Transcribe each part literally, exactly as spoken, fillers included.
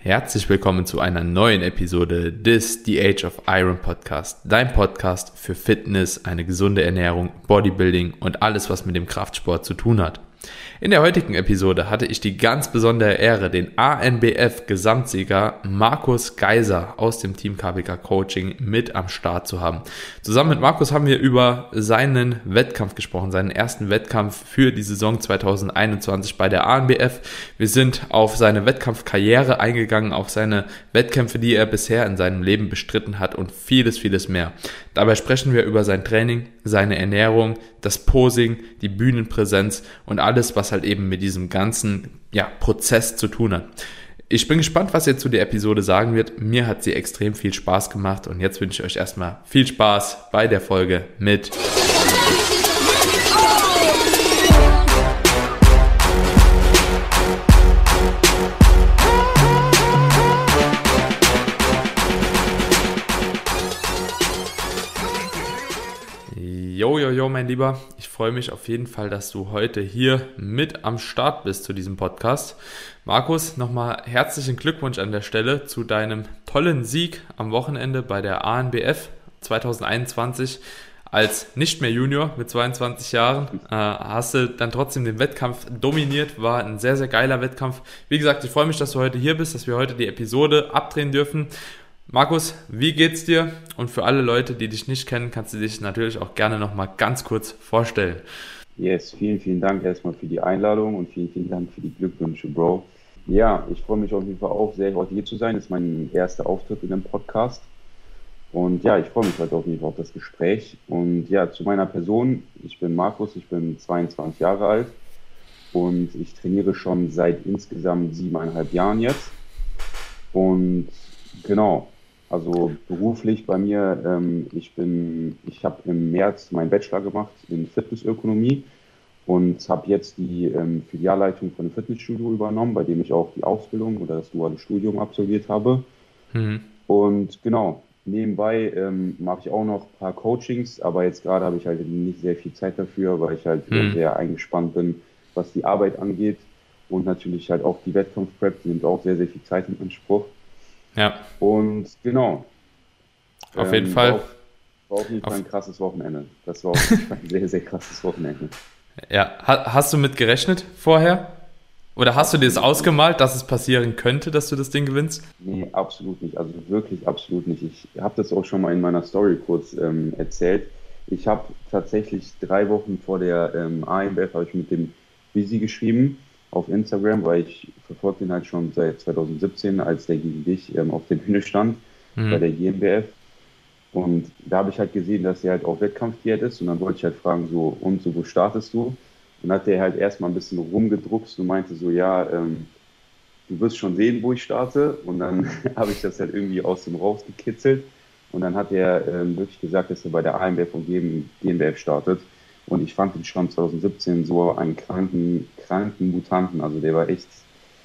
Herzlich willkommen zu einer neuen Episode des The Age of Iron Podcast, dein Podcast für Fitness, eine gesunde Ernährung, Bodybuilding und alles, was mit dem Kraftsport zu tun hat. In der heutigen Episode hatte ich die ganz besondere Ehre, den A N B F-Gesamtsieger Markus Geiser aus dem Team K B K Coaching mit am Start zu haben. Zusammen mit Markus haben wir über seinen Wettkampf gesprochen, seinen ersten Wettkampf für die Saison zwanzig einundzwanzig bei der A N B F. Wir sind auf seine Wettkampfkarriere eingegangen, auf seine Wettkämpfe, die er bisher in seinem Leben bestritten hat und vieles, vieles mehr. Dabei sprechen wir über sein Training, seine Ernährung, das Posing, die Bühnenpräsenz und alles, was halt eben mit diesem ganzen ja, Prozess zu tun hat. Ich bin gespannt, was ihr zu der Episode sagen wird. Mir hat sie extrem viel Spaß gemacht und jetzt wünsche ich euch erstmal viel Spaß bei der Folge mit Jo, jo, jo, mein Lieber, ich freue mich auf jeden Fall, dass du heute hier mit am Start bist zu diesem Podcast. Markus, nochmal herzlichen Glückwunsch an der Stelle zu deinem tollen Sieg am Wochenende bei der A N B F zwanzig einundzwanzig. Als nicht mehr Junior mit zweiundzwanzig Jahren äh, hast du dann trotzdem den Wettkampf dominiert, war ein sehr, sehr geiler Wettkampf. Wie gesagt, ich freue mich, dass du heute hier bist, dass wir heute die Episode abdrehen dürfen. Markus, wie geht's dir? Und für alle Leute, die dich nicht kennen, kannst du dich natürlich auch gerne nochmal ganz kurz vorstellen. Yes, vielen, vielen Dank erstmal für die Einladung und vielen, vielen Dank für die Glückwünsche, Bro. Ja, ich freue mich auf jeden Fall auch sehr, heute hier zu sein. Das ist mein erster Auftritt in dem Podcast. Und ja, ich freue mich heute auf jeden Fall auf das Gespräch. Und ja, zu meiner Person, ich bin Markus, ich bin zweiundzwanzig Jahre alt und ich trainiere schon seit insgesamt siebeneinhalb Jahren jetzt. Und genau, also beruflich bei mir, ähm, ich bin, ich habe im März meinen Bachelor gemacht in Fitnessökonomie und habe jetzt die ähm, Filialleitung von einem Fitnessstudio übernommen, bei dem ich auch die Ausbildung oder das duale Studium absolviert habe. Mhm. Und genau, nebenbei ähm, mache ich auch noch ein paar Coachings, aber jetzt gerade habe ich halt nicht sehr viel Zeit dafür, weil ich halt mhm. sehr eingespannt bin, was die Arbeit angeht und natürlich halt auch die Wettkampfprep, die nimmt auch sehr, sehr viel Zeit in Anspruch. Ja. Und genau. Auf ähm, jeden Fall. War auf, war auf jeden Fall ein krasses Wochenende. Das war auf jeden Fall ein sehr, sehr krasses Wochenende. Ja, hast du mit gerechnet vorher? Oder hast du dir das ausgemalt, dass es passieren könnte, dass du das Ding gewinnst? Nee, absolut nicht. Also wirklich absolut nicht. Ich habe das auch schon mal in meiner Story kurz ähm, erzählt. Ich habe tatsächlich drei Wochen vor der ähm, A N B F habe ich mit dem Busy geschrieben auf Instagram, weil ich verfolge den halt schon seit zwanzig siebzehn, als der gegen dich ähm, auf der Bühne stand, mhm. bei der G M B F. Und da habe ich halt gesehen, dass er halt auf Wettkampfdiät ist und dann wollte ich halt fragen, so, und so, wo startest du? Und dann hat der halt erstmal ein bisschen rumgedruckst und meinte so, ja, ähm, du wirst schon sehen, wo ich starte. Und dann habe ich das halt irgendwie aus dem rausgekitzelt. Und dann hat er ähm, wirklich gesagt, dass er bei der A N B F und G M B F startet. Und ich fand ihn schon zwanzig siebzehn so einen kranken, kranken Mutanten. Also der war echt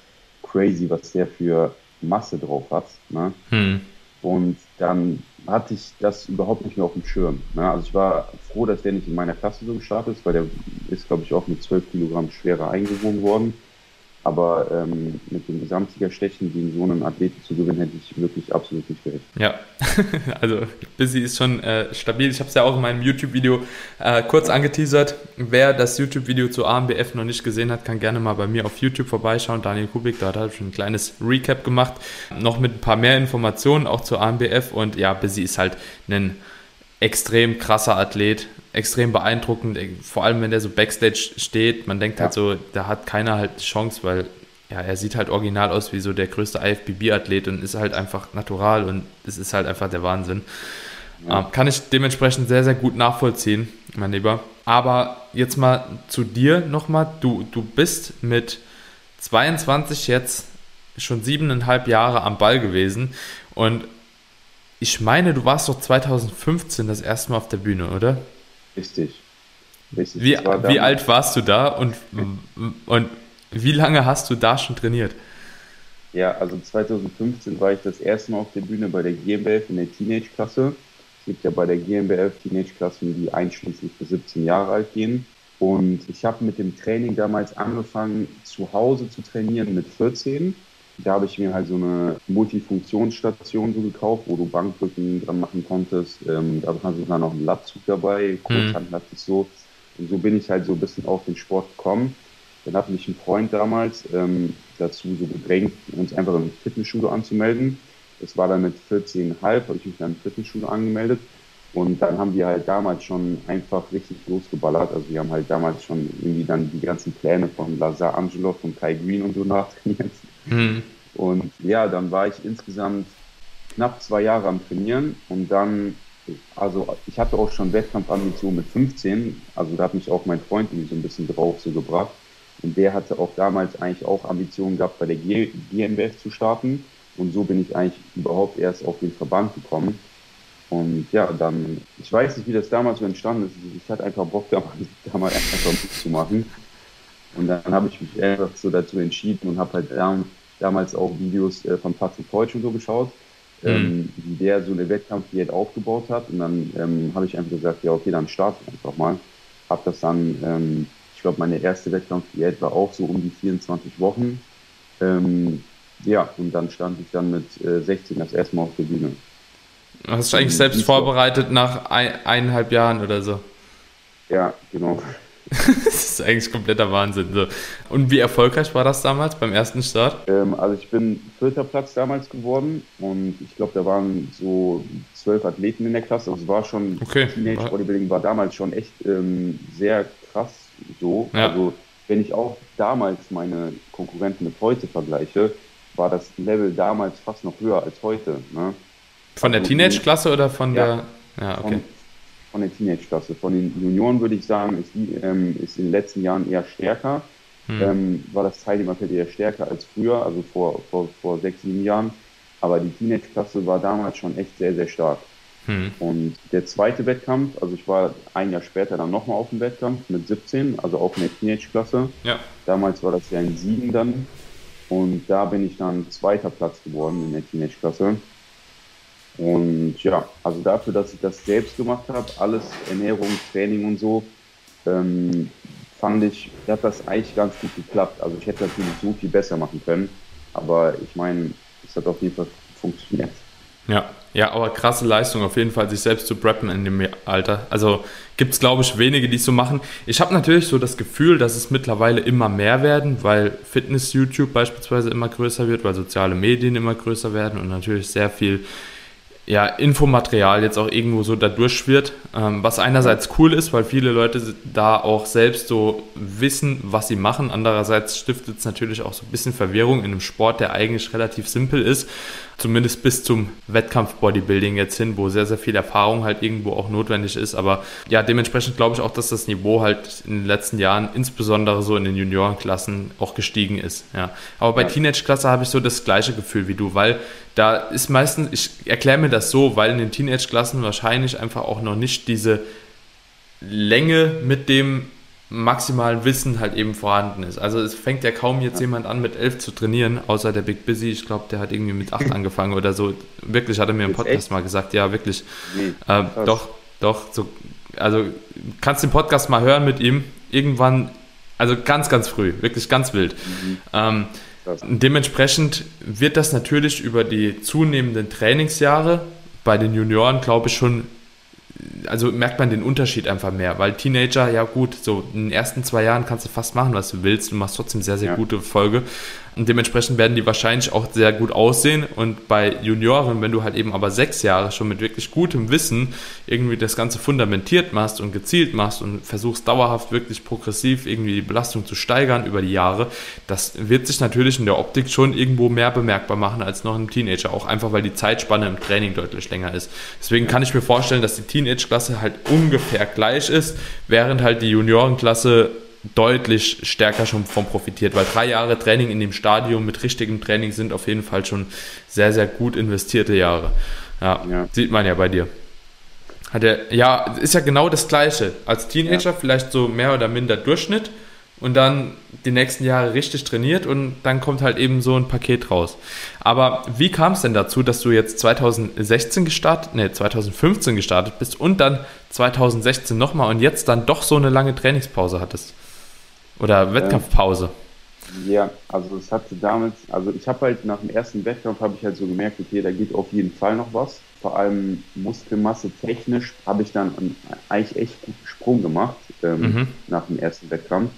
crazy, was der für Masse drauf hat. Ne? Hm. Und dann hatte ich das überhaupt nicht mehr auf dem Schirm. Ne? Also ich war froh, dass der nicht in meiner Klasse so gestartet ist, weil der ist, glaube ich, auch mit zwölf Kilogramm schwerer eingewogen worden. Aber ähm, mit dem Gesamtsiegerstechen gegen so einen Athleten zu gewinnen, hätte ich wirklich absolut nicht gerechnet. Ja, also Busy ist schon äh, stabil. Ich habe es ja auch in meinem YouTube-Video äh, kurz angeteasert. Wer das YouTube-Video zu A N B F noch nicht gesehen hat, kann gerne mal bei mir auf YouTube vorbeischauen. Daniel Kubik, da hat er schon ein kleines Recap gemacht. Noch mit ein paar mehr Informationen auch zu A N B F. Und ja, Busy ist halt ein extrem krasser Athlet, extrem beeindruckend, vor allem wenn der so Backstage steht, man denkt ja. halt so, da hat keiner halt Chance, weil ja, er sieht halt original aus wie so der größte I F B B-Athlet und ist halt einfach natural und es ist halt einfach der Wahnsinn. Ja. Ähm, kann ich dementsprechend sehr, sehr gut nachvollziehen, mein Lieber. Aber jetzt mal zu dir nochmal, du, du bist mit zweiundzwanzig jetzt schon siebeneinhalb Jahre am Ball gewesen und ich meine, du warst doch zwanzig fünfzehn das erste Mal auf der Bühne, oder? Richtig. Richtig. Wie, wie alt warst du da und, und wie lange hast du da schon trainiert? Ja, also zwanzig fünfzehn war ich das erste Mal auf der Bühne bei der G M B F in der Teenage-Klasse. Es gibt ja bei der G M B F Teenage-Klassen, die einschließlich bis siebzehn Jahre alt gehen. Und ich habe mit dem Training damals angefangen, zu Hause zu trainieren mit vierzehn. da habe ich mir halt so eine Multifunktionsstation so gekauft, wo du Bankdrücken dran machen konntest. Ähm, da hast du dann noch einen Latzug dabei, Kurzhandlatzug so. Und so bin ich halt so ein bisschen auf den Sport gekommen. Dann hat mich ein Freund damals ähm, dazu so gedrängt, uns einfach im Fitnessstudio anzumelden. Das war dann mit vierzehn Komma fünf, habe ich mich dann im Fitnessstudio angemeldet. Und dann haben wir halt damals schon einfach richtig losgeballert. Also wir haben halt damals schon irgendwie dann die ganzen Pläne von Lazar Angelov und Kai Green und so nachtrainiert. Mhm. Und ja, dann war ich insgesamt knapp zwei Jahre am Trainieren und dann, also ich hatte auch schon Wettkampfambitionen mit fünfzehn, also da hat mich auch mein Freund irgendwie so ein bisschen drauf so gebracht. Und der hatte auch damals eigentlich auch Ambitionen gehabt, bei der G M B F zu starten. Und so bin ich eigentlich überhaupt erst auf den Verband gekommen. Und ja, dann, ich weiß nicht, wie das damals so entstanden ist. Ich hatte einfach Bock, damals einfach mitzumachen. Und dann habe ich mich einfach so dazu entschieden und habe halt ähm, damals auch Videos äh, von Patrick Teutsch und so geschaut, mhm. ähm, wie der so eine Wettkampfdiät aufgebaut hat. Und dann ähm, habe ich einfach gesagt, ja okay, dann starte ich einfach mal. Habe das dann, ähm, ich glaube, meine erste Wettkampfdiät war auch so um die vierundzwanzig Wochen. Ähm, ja, und dann stand ich dann mit äh, sechzehn das erste Mal auf der Bühne. Hast du eigentlich selbst vorbereitet nach ein, eineinhalb Jahren oder so? Ja, genau. Das ist eigentlich kompletter Wahnsinn. So. Und wie erfolgreich war das damals beim ersten Start? Ähm, also ich bin vierter Platz damals geworden und ich glaube, da waren so zwölf Athleten in der Klasse. Also es war schon, okay. Teenage Bodybuilding war damals schon echt ähm, sehr krass so. Ja. Also wenn ich auch damals meine Konkurrenten mit heute vergleiche, war das Level damals fast noch höher als heute. Ne? Von der Teenage-Klasse oder von ja, der... Ja, okay. Von, von der Teenage-Klasse. Von den Junioren würde ich sagen, ist, die, ähm, ist in den letzten Jahren eher stärker. Hm. Ähm, war das Teilnehmerfeld eher stärker als früher, also vor, vor, vor sechs, sieben Jahren. Aber die Teenage-Klasse war damals schon echt sehr, sehr stark. Hm. Und der zweite Wettkampf, also ich war ein Jahr später dann nochmal auf dem Wettkampf mit siebzehn, also auch in der Teenage-Klasse. Ja. Damals war das ja in Siegen dann. Und da bin ich dann zweiter Platz geworden in der Teenage-Klasse. Und ja, also dafür, dass ich das selbst gemacht habe, alles Ernährung, Training und so, ähm, fand ich, hat das eigentlich ganz gut geklappt. Also ich hätte natürlich so viel besser machen können, aber ich meine, es hat auf jeden Fall funktioniert. Ja, ja, aber krasse Leistung auf jeden Fall, sich selbst zu preppen in dem Alter. Also gibt es, glaube ich, wenige, die es so machen. Ich habe natürlich so das Gefühl, dass es mittlerweile immer mehr werden, weil Fitness-YouTube beispielsweise immer größer wird, weil soziale Medien immer größer werden und natürlich sehr viel ja, Infomaterial jetzt auch irgendwo so da durchschwirrt, ähm, was einerseits cool ist, weil viele Leute da auch selbst so wissen, was sie machen. Andererseits stiftet es natürlich auch so ein bisschen Verwirrung in einem Sport, der eigentlich relativ simpel ist, zumindest bis zum Wettkampf-Bodybuilding jetzt hin, wo sehr, sehr viel Erfahrung halt irgendwo auch notwendig ist. Aber ja, dementsprechend glaube ich auch, dass das Niveau halt in den letzten Jahren, insbesondere so in den Juniorenklassen, auch gestiegen ist. Ja. Aber bei ja. Teenage-Klasse habe ich so das gleiche Gefühl wie du, weil da ist meistens, ich erkläre mir das so, weil in den Teenage-Klassen wahrscheinlich einfach auch noch nicht diese Länge mit dem maximalen Wissen halt eben vorhanden ist. Also es fängt ja kaum jetzt jemand an mit elf zu trainieren, außer der Big Busy, ich glaube, der hat irgendwie mit acht angefangen oder so. Wirklich, hat er mir im Podcast echt? mal gesagt, ja, wirklich. Nee, äh, doch, doch, so, also kannst den Podcast mal hören mit ihm, irgendwann, also ganz, ganz früh, wirklich ganz wild. Mhm. Ähm, dementsprechend wird das natürlich über die zunehmenden Trainingsjahre bei den Junioren, glaube ich, schon, also merkt man den Unterschied einfach mehr, weil Teenager, ja gut, so in den ersten zwei Jahren kannst du fast machen, was du willst, du machst trotzdem sehr, sehr ja. gute Erfolge und dementsprechend werden die wahrscheinlich auch sehr gut aussehen und bei Junioren, wenn du halt eben aber sechs Jahre schon mit wirklich gutem Wissen irgendwie das Ganze fundamentiert machst und gezielt machst und versuchst dauerhaft wirklich progressiv irgendwie die Belastung zu steigern über die Jahre, das wird sich natürlich in der Optik schon irgendwo mehr bemerkbar machen als noch ein Teenager, auch einfach, weil die Zeitspanne im Training deutlich länger ist. Deswegen kann ich mir vorstellen, dass die Teenage-Klasse halt ungefähr gleich ist, während halt die Juniorenklasse deutlich stärker schon von profitiert, weil drei Jahre Training in dem Stadium mit richtigem Training sind auf jeden Fall schon sehr, sehr gut investierte Jahre. Ja, ja. Sieht man ja bei dir. Hat er, ja, ist ja genau das Gleiche. Als Teenager ja. vielleicht so mehr oder minder Durchschnitt und dann die nächsten Jahre richtig trainiert und dann kommt halt eben so ein Paket raus. Aber wie kam es denn dazu, dass du jetzt zwanzig sechzehn gestartet, nee, zwanzig fünfzehn gestartet bist und dann zwanzig sechzehn nochmal und jetzt dann doch so eine lange Trainingspause hattest? Oder Wettkampfpause? Ja, also es hatte damals, also ich habe halt nach dem ersten Wettkampf habe ich halt so gemerkt, okay, da geht auf jeden Fall noch was. Vor allem Muskelmasse technisch habe ich dann einen eigentlich echt guten Sprung gemacht ähm, Mhm. nach dem ersten Wettkampf.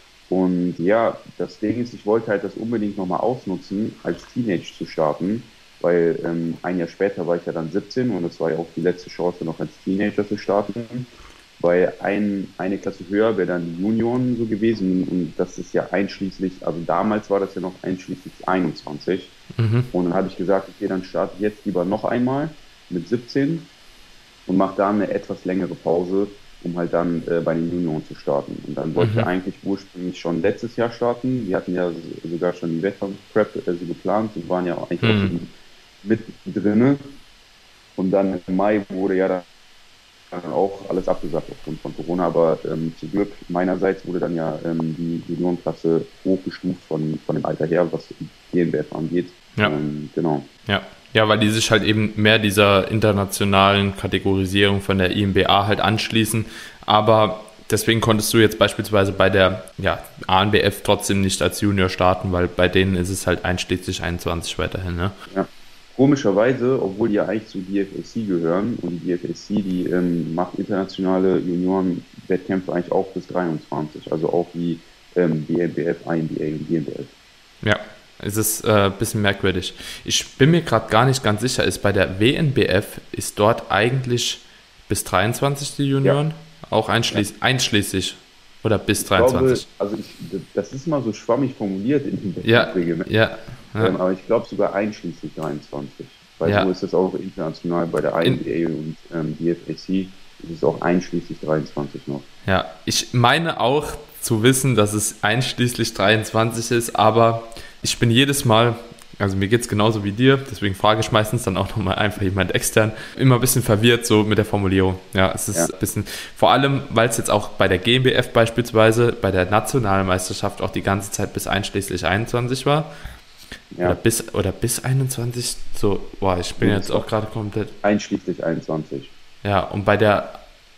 Und ja, das Ding ist, ich wollte halt das unbedingt nochmal ausnutzen, als Teenage zu starten, weil ähm, ein Jahr später war ich ja dann siebzehn und das war ja auch die letzte Chance, noch als Teenager zu starten. Weil ein, eine Klasse höher wäre dann die Junioren so gewesen und das ist ja einschließlich, also damals war das ja noch einschließlich einundzwanzig. Mhm. Und dann habe ich gesagt, okay, dann starte ich jetzt lieber noch einmal mit siebzehn und mache da eine etwas längere Pause, um halt dann äh, bei den Junioren zu starten. Und dann wollte Mhm. ich eigentlich ursprünglich schon letztes Jahr starten. Wir hatten ja so- sogar schon die Wettkampf-Prep äh, so geplant und waren ja auch eigentlich auch Mhm. so mit drinne. Und dann im Mai wurde ja dann dann auch alles abgesagt aufgrund von Corona, aber ähm, zum Glück meinerseits wurde dann ja ähm, die Juniorenklasse hochgestuft von, von dem Alter her, was die G N B F angeht. Ja. Ähm, genau. Ja. Ja, weil die sich halt eben mehr dieser internationalen Kategorisierung von der I N B A halt anschließen. Aber deswegen konntest du jetzt beispielsweise bei der ja, A N B F trotzdem nicht als Junior starten, weil bei denen ist es halt einschließlich einundzwanzig weiterhin, ne? Ja. Komischerweise, obwohl die ja eigentlich zu D F A C gehören und die D F A C, die ähm, macht internationale Junioren-Wettkämpfe eigentlich auch bis dreiundzwanzig, also auch wie ähm, B N B F, I N B A und D N B F. Ja, es ist äh, ein bisschen merkwürdig. Ich bin mir gerade gar nicht ganz sicher, ist bei der W N B F, ist dort eigentlich bis dreiundzwanzig die Junioren? Auch einschließ Ja. einschließlich oder bis Ich glaube, dreiundzwanzig? also ich, das ist mal so schwammig formuliert in dem Ja, Wettkampfreglement. ja, ja. Ähm, aber ich glaube sogar einschließlich dreiundzwanzig. Weil Ja. so ist es auch international bei der I N B A und ähm, D F A C ist es auch einschließlich dreiundzwanzig noch. Ja, ich meine auch zu wissen, dass es einschließlich dreiundzwanzig ist, aber ich bin jedes Mal, also mir geht es genauso wie dir, deswegen frage ich meistens dann auch nochmal einfach jemand extern, immer ein bisschen verwirrt so mit der Formulierung. Ja, es ist Ja. ein bisschen, vor allem, weil es jetzt auch bei der G M B F beispielsweise, bei der nationalen Meisterschaft auch die ganze Zeit bis einschließlich einundzwanzig war. Oder Ja, bis, oder bis einundzwanzig, so, boah, ich bin Ja, jetzt doch. auch gerade komplett. einschließlich einundzwanzig. Ja, und bei der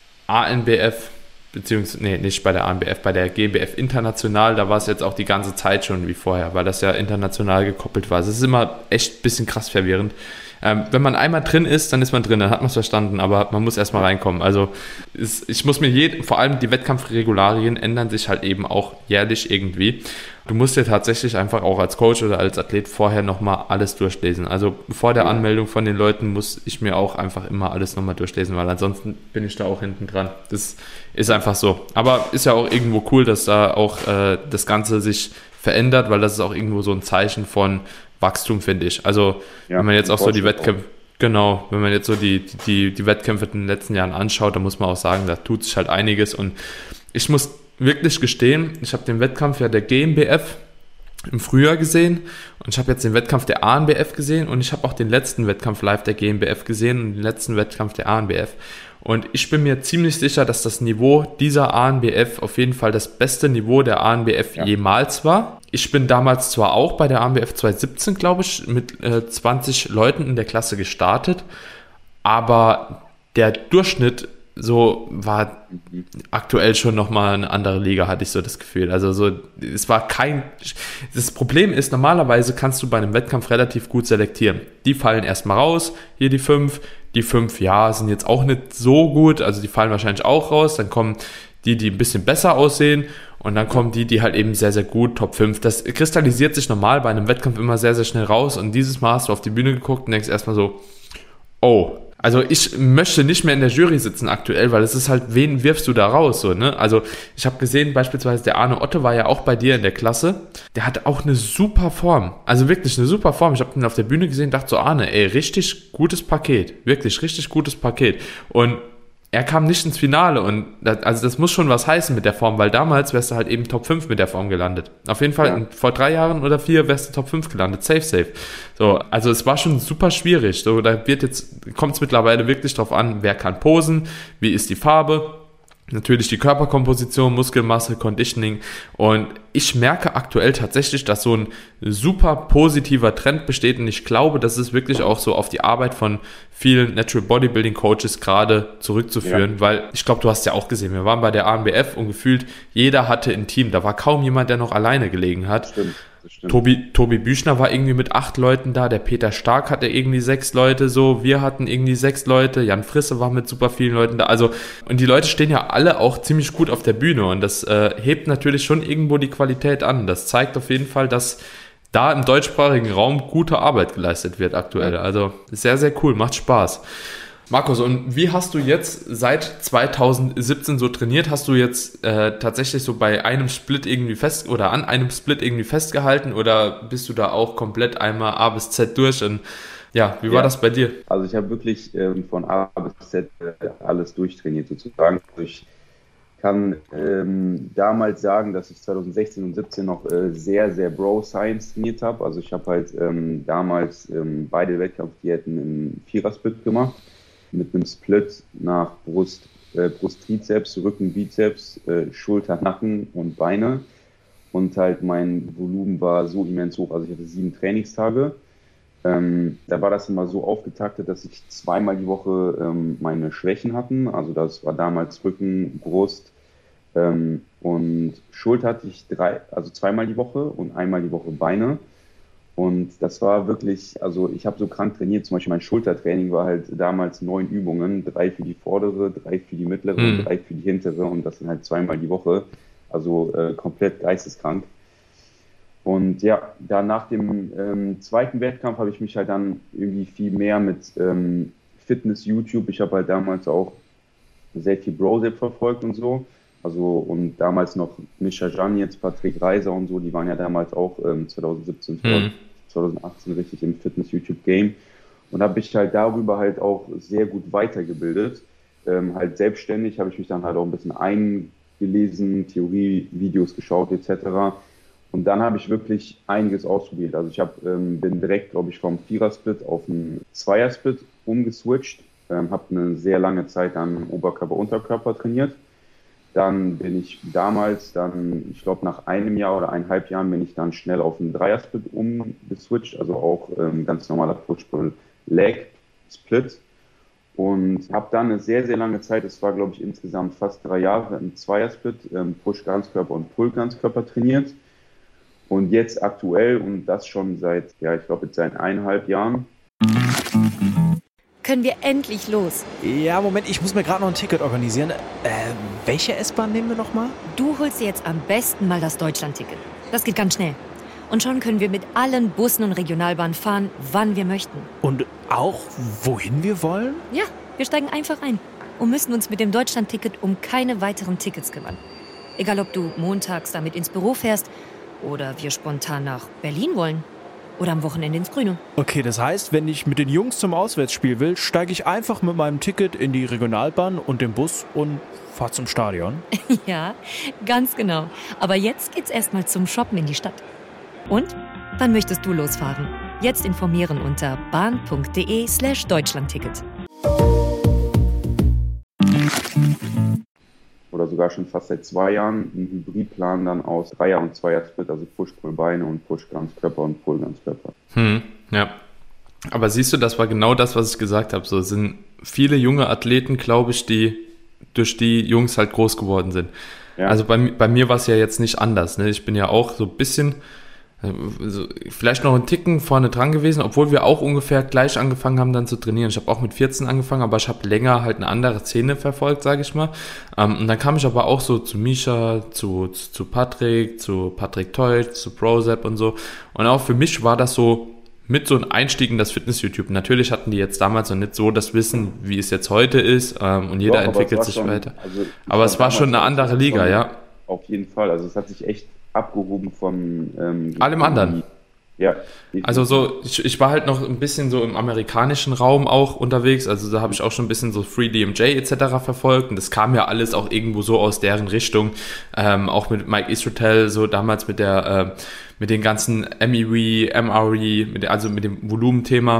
A N B F, beziehungsweise, nee, nicht bei der A N B F, bei der G B F international, da war es jetzt auch die ganze Zeit schon wie vorher, weil das ja international gekoppelt war. Also es ist immer echt ein bisschen krass verwirrend. Ähm, wenn man einmal drin ist, dann ist man drin, dann hat man es verstanden, aber man muss erstmal reinkommen. Also es, ich muss mir je, vor allem die Wettkampfregularien ändern sich halt eben auch jährlich irgendwie. Du musst dir tatsächlich einfach auch als Coach oder als Athlet vorher nochmal alles durchlesen. Also vor der Ja. Anmeldung von den Leuten muss ich mir auch einfach immer alles nochmal durchlesen, weil ansonsten bin ich da auch hinten dran. Das ist einfach so. Aber ist ja auch irgendwo cool, dass da auch äh, das Ganze sich verändert, weil das ist auch irgendwo so ein Zeichen von Wachstum, finde ich. Also Ja, wenn man jetzt auch so die Fortschritt Wettkämpfe, genau, wenn man jetzt so die, die, die Wettkämpfe in den letzten Jahren anschaut, dann muss man auch sagen, da tut sich halt einiges. Und ich muss wirklich gestehen, ich habe den Wettkampf ja der G M B F im Frühjahr gesehen und ich habe jetzt den Wettkampf der A N B F gesehen und ich habe auch den letzten Wettkampf live der G M B F gesehen und den letzten Wettkampf der A N B F. Und ich bin mir ziemlich sicher, dass das Niveau dieser A N B F auf jeden Fall das beste Niveau der A N B F Ja. jemals war. Ich bin damals zwar auch bei der A N B F zwanzig siebzehn, glaube ich, mit äh, zwanzig Leuten in der Klasse gestartet, aber der Durchschnitt so war aktuell schon nochmal eine andere Liga, hatte ich so das Gefühl. Also so, es war kein, das Problem ist, normalerweise kannst du bei einem Wettkampf relativ gut selektieren. Die fallen erstmal raus, hier die fünf, die fünf, ja, sind jetzt auch nicht so gut, also die fallen wahrscheinlich auch raus, dann kommen die, die ein bisschen besser aussehen und dann kommen die, die halt eben sehr, sehr gut, Top fünf. Das kristallisiert sich normal bei einem Wettkampf immer sehr, sehr schnell raus und dieses Mal hast du auf die Bühne geguckt und denkst erstmal so, oh, also ich möchte nicht mehr in der Jury sitzen aktuell, weil es ist halt, wen wirfst du da raus, so, ne? Also ich habe gesehen, beispielsweise der Arne Otte war ja auch bei dir in der Klasse, der hatte auch eine super Form, also wirklich eine super Form. Ich habe ihn auf der Bühne gesehen, dachte so, Arne, ey, richtig gutes Paket, wirklich richtig gutes Paket und er kam nicht ins Finale und das, also das muss schon was heißen mit der Form, weil damals wärst du halt eben Top fünf mit der Form gelandet. Auf jeden Fall, Ja. in, vor drei Jahren oder vier wärst du Top fünf gelandet, safe, safe. So, also es war schon super schwierig. So, da wird jetzt, kommt es mittlerweile wirklich drauf an, wer kann posen, wie ist die Farbe. Natürlich die Körperkomposition, Muskelmasse, Conditioning, und ich merke aktuell tatsächlich, dass so ein super positiver Trend besteht, und ich glaube, das ist wirklich auch so auf die Arbeit von vielen Natural Bodybuilding Coaches gerade zurückzuführen, ja. Weil ich glaube, du hast ja auch gesehen, wir waren bei der A N B F und gefühlt jeder hatte ein Team, da war kaum jemand, der noch alleine gelegen hat. Stimmt. Tobi, Tobi Büchner war irgendwie mit acht Leuten da, der Peter Stark hatte irgendwie sechs Leute, so, wir hatten irgendwie sechs Leute, Jan Frisse war mit super vielen Leuten da, also, und die Leute stehen ja alle auch ziemlich gut auf der Bühne, und das äh, hebt natürlich schon irgendwo die Qualität an. Das zeigt auf jeden Fall, dass da im deutschsprachigen Raum gute Arbeit geleistet wird aktuell, also sehr, sehr cool, macht Spaß. Markus, und wie hast du jetzt seit zwanzig siebzehn so trainiert? Hast du jetzt äh, tatsächlich so bei einem Split irgendwie fest oder an einem Split irgendwie festgehalten, oder bist du da auch komplett einmal A bis Z durch? Und ja, wie war ja. das bei dir? Also ich habe wirklich ähm, von A bis Z äh, alles durchtrainiert sozusagen. Ich kann ähm, damals sagen, dass ich zwanzig sechzehn und siebzehn noch äh, sehr, sehr Bro-Science trainiert habe. Also ich habe halt ähm, damals ähm, beide Wettkampfdiäten im Vierer-Split gemacht, mit einem Split nach Brust, äh, Brust-Trizeps, Rücken, Bizeps, äh, Schulter, Nacken und Beine. Und halt mein Volumen war so immens hoch. Also ich hatte sieben Trainingstage. Ähm, da war das immer so aufgetaktet, dass ich zweimal die Woche ähm, meine Schwächen hatten. Also das war damals Rücken, Brust ähm, und Schulter hatte ich drei, also zweimal die Woche und einmal die Woche Beine. Und das war wirklich, also ich habe so krank trainiert, zum Beispiel mein Schultertraining war halt damals neun Übungen, drei für die vordere, drei für die mittlere mhm. und drei für die hintere, und das sind halt zweimal die Woche, also äh, komplett geisteskrank. Und ja, dann nach dem ähm, zweiten Wettkampf habe ich mich halt dann irgendwie viel mehr mit ähm, Fitness-YouTube, ich habe halt damals auch sehr viel Brosep verfolgt und so, also und damals noch Mischa Jan, jetzt Patrick Reiser und so, die waren ja damals auch ähm, zwanzig siebzehn, mhm. zwanzig achtzehn richtig im Fitness-YouTube-Game, und habe ich halt darüber halt auch sehr gut weitergebildet. Ähm, halt selbstständig habe ich mich dann halt auch ein bisschen eingelesen, Theorie-Videos geschaut et cetera. Und dann habe ich wirklich einiges ausprobiert. Also ich hab, ähm, bin direkt, glaube ich, vom Vierer-Split auf einen Zweier-Split umgeswitcht, ähm, habe eine sehr lange Zeit dann Oberkörper, Unterkörper trainiert. Dann bin ich damals, dann, ich glaube nach einem Jahr oder eineinhalb Jahren bin ich dann schnell auf einen Dreier-Split umgeswitcht, also auch ähm, ganz normaler Push-Pull-Leg-Split, und habe dann eine sehr, sehr lange Zeit, es war glaube ich insgesamt fast drei Jahre, im Zweier-Split, ähm, Push-Ganzkörper und Pull-Ganzkörper trainiert, und jetzt aktuell, und das schon seit, ja ich glaube jetzt seit eineinhalb Jahren. Können wir endlich los? Ja, Moment, ich muss mir gerade noch ein Ticket organisieren. Äh, welche S-Bahn nehmen wir nochmal? Du holst dir jetzt am besten mal das Deutschland-Ticket. Das geht ganz schnell. Und schon können wir mit allen Bussen und Regionalbahnen fahren, wann wir möchten. Und auch, wohin wir wollen? Ja, wir steigen einfach ein und müssen uns mit dem Deutschland-Ticket um keine weiteren Tickets kümmern. Egal, ob du montags damit ins Büro fährst oder wir spontan nach Berlin wollen. Oder am Wochenende ins Grüne. Okay, das heißt, wenn ich mit den Jungs zum Auswärtsspiel will, steige ich einfach mit meinem Ticket in die Regionalbahn und den Bus und fahre zum Stadion? Ja, ganz genau. Aber jetzt geht's erstmal zum Shoppen in die Stadt. Und? Wann möchtest du losfahren? Jetzt informieren unter bahn.de slash Deutschlandticket. Oder sogar schon fast seit zwei Jahren einen Hybridplan dann aus Dreier- und Zweier-Split, also Push-Pull-Beine und Push-Ganzkörper und Pull-Ganzkörper. Hm, ja. Aber siehst du, das war genau das, was ich gesagt habe. So sind viele junge Athleten, glaube ich, die durch die Jungs halt groß geworden sind. Ja. Also bei, bei mir war es ja jetzt nicht anders. Ne? Ich bin ja auch so ein bisschen, also vielleicht noch einen Ticken vorne dran gewesen, obwohl wir auch ungefähr gleich angefangen haben dann zu trainieren. Ich habe auch mit vierzehn angefangen, aber ich habe länger halt eine andere Szene verfolgt, sage ich mal. Und dann kam ich aber auch so zu Mischa, zu, zu Patrick, zu Patrick Teut, zu Brosep und so. Und auch für mich war das so mit so ein Einstieg in das Fitness-YouTube. Natürlich hatten die jetzt damals noch nicht so das Wissen, wie es jetzt heute ist, und jeder Doch, entwickelt sich schon, weiter. Also aber es war schon eine andere Liga, schon, ja. Auf jeden Fall. Also es hat sich echt abgehoben von ähm, allem anderen. Ja. Also so, ich, ich war halt noch ein bisschen so im amerikanischen Raum auch unterwegs, also da habe ich auch schon ein bisschen so Free D M J et cetera verfolgt, und das kam ja alles auch irgendwo so aus deren Richtung, ähm, auch mit Mike Israetel, so damals mit der, äh, mit den ganzen M E V, M R E, mit, also mit dem Volumenthema.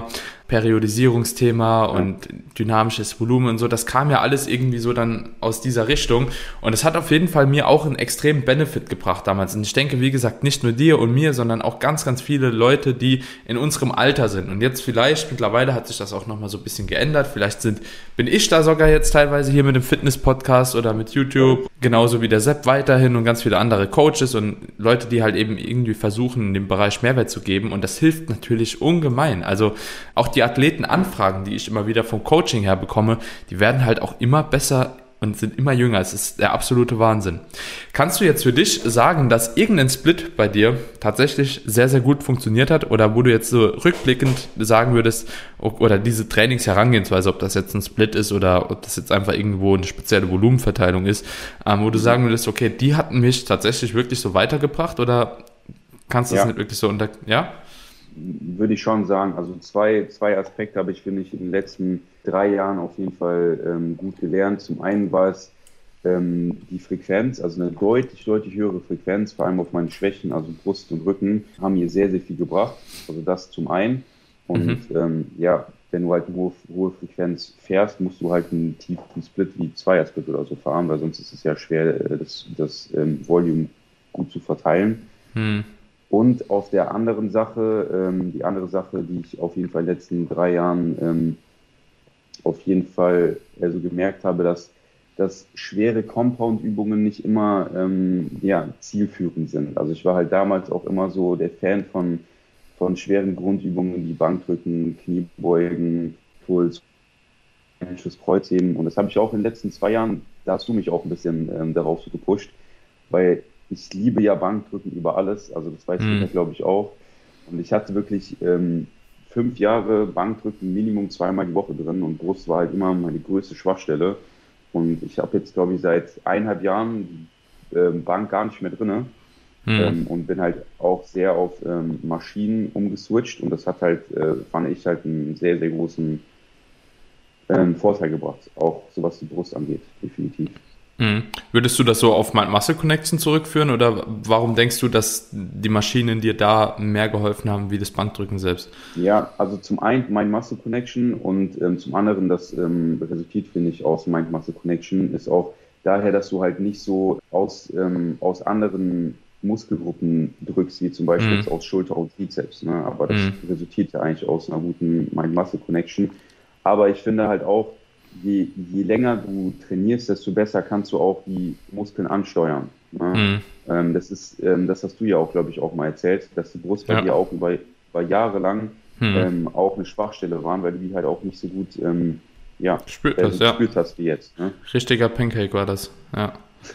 Periodisierungsthema und dynamisches Volumen und so, das kam ja alles irgendwie so dann aus dieser Richtung und es hat auf jeden Fall mir auch einen extremen Benefit gebracht damals und ich denke, wie gesagt, nicht nur dir und mir, sondern auch ganz, ganz viele Leute, die in unserem Alter sind und jetzt vielleicht, mittlerweile hat sich das auch nochmal so ein bisschen geändert, vielleicht sind, bin ich da sogar jetzt teilweise hier mit dem Fitness-Podcast oder mit YouTube, genauso wie der Sepp weiterhin und ganz viele andere Coaches und Leute, die halt eben irgendwie versuchen, in dem Bereich Mehrwert zu geben und das hilft natürlich ungemein, also auch die Athletenanfragen, die ich immer wieder vom Coaching her bekomme, die werden halt auch immer besser und sind immer jünger. Es ist der absolute Wahnsinn. Kannst du jetzt für dich sagen, dass irgendein Split bei dir tatsächlich sehr, sehr gut funktioniert hat oder wo du jetzt so rückblickend sagen würdest, oder diese Trainingsherangehensweise, ob das jetzt ein Split ist oder ob das jetzt einfach irgendwo eine spezielle Volumenverteilung ist, ähm, wo du sagen würdest, okay, die hatten mich tatsächlich wirklich so weitergebracht oder kannst du das Ja. nicht wirklich so unter... Ja? Würde ich schon sagen. Also zwei, zwei Aspekte habe ich, finde ich, in den letzten drei Jahren auf jeden Fall ähm, gut gelernt. Zum einen war es ähm, die Frequenz, also eine deutlich, deutlich höhere Frequenz, vor allem auf meinen Schwächen, also Brust und Rücken, haben mir sehr, sehr viel gebracht. Also das zum einen. Und Mhm. ähm, ja, wenn du halt eine hohe, hohe Frequenz fährst, musst du halt einen tiefen Split wie Zweier-Split oder so fahren, weil sonst ist es ja schwer, äh, das, das ähm, Volume gut zu verteilen. Hm. Und auf der anderen Sache, ähm, die andere Sache, die ich auf jeden Fall in den letzten drei Jahren ähm, auf jeden Fall also gemerkt habe, dass, dass schwere Compound-Übungen nicht immer ähm, ja, zielführend sind. Also ich war halt damals auch immer so der Fan von, von schweren Grundübungen wie Bankdrücken, Kniebeugen, Puls, Kreuzheben. Und das habe ich auch in den letzten zwei Jahren, da hast du mich auch ein bisschen ähm, darauf so gepusht, weil ich liebe ja Bankdrücken über alles, also das weiß Mhm. ich glaube ich auch. Und ich hatte wirklich ähm, fünf Jahre Bankdrücken Minimum zweimal die Woche drin und Brust war halt immer meine größte Schwachstelle. Und ich habe jetzt glaube ich seit eineinhalb Jahren ähm, Bank gar nicht mehr drin Hm. ähm, und bin halt auch sehr auf ähm, Maschinen umgeswitcht und das hat halt, äh, fand ich halt einen sehr, sehr großen ähm, Vorteil gebracht, auch so was die Brust angeht, definitiv. Mhm. Würdest du das so auf Mind-Muscle Connection zurückführen oder warum denkst du, dass die Maschinen dir da mehr geholfen haben wie das Bankdrücken selbst? Ja, also zum einen Mind-Muscle Connection und ähm, zum anderen, das ähm, resultiert, finde ich, aus Mind-Muscle Connection, ist auch daher, dass du halt nicht so aus, ähm, aus anderen Muskelgruppen drückst, wie zum Beispiel Mhm. jetzt aus Schulter und Bizeps, ne? Aber das Mhm. resultiert ja eigentlich aus einer guten Mind-Muscle Connection. Aber ich finde halt auch, je, je länger du trainierst, desto besser kannst du auch die Muskeln ansteuern. Ne? Mhm. Ähm, das ist, ähm, das hast du ja auch, glaube ich, auch mal erzählt, dass die Brust bei Ja. dir auch über, über Jahre lang Mhm. ähm, auch eine Schwachstelle waren, weil du die halt auch nicht so gut ähm, ja, Spürt äh, das, ja. gespürt hast wie jetzt. Ne? Richtiger Pancake war das, ja.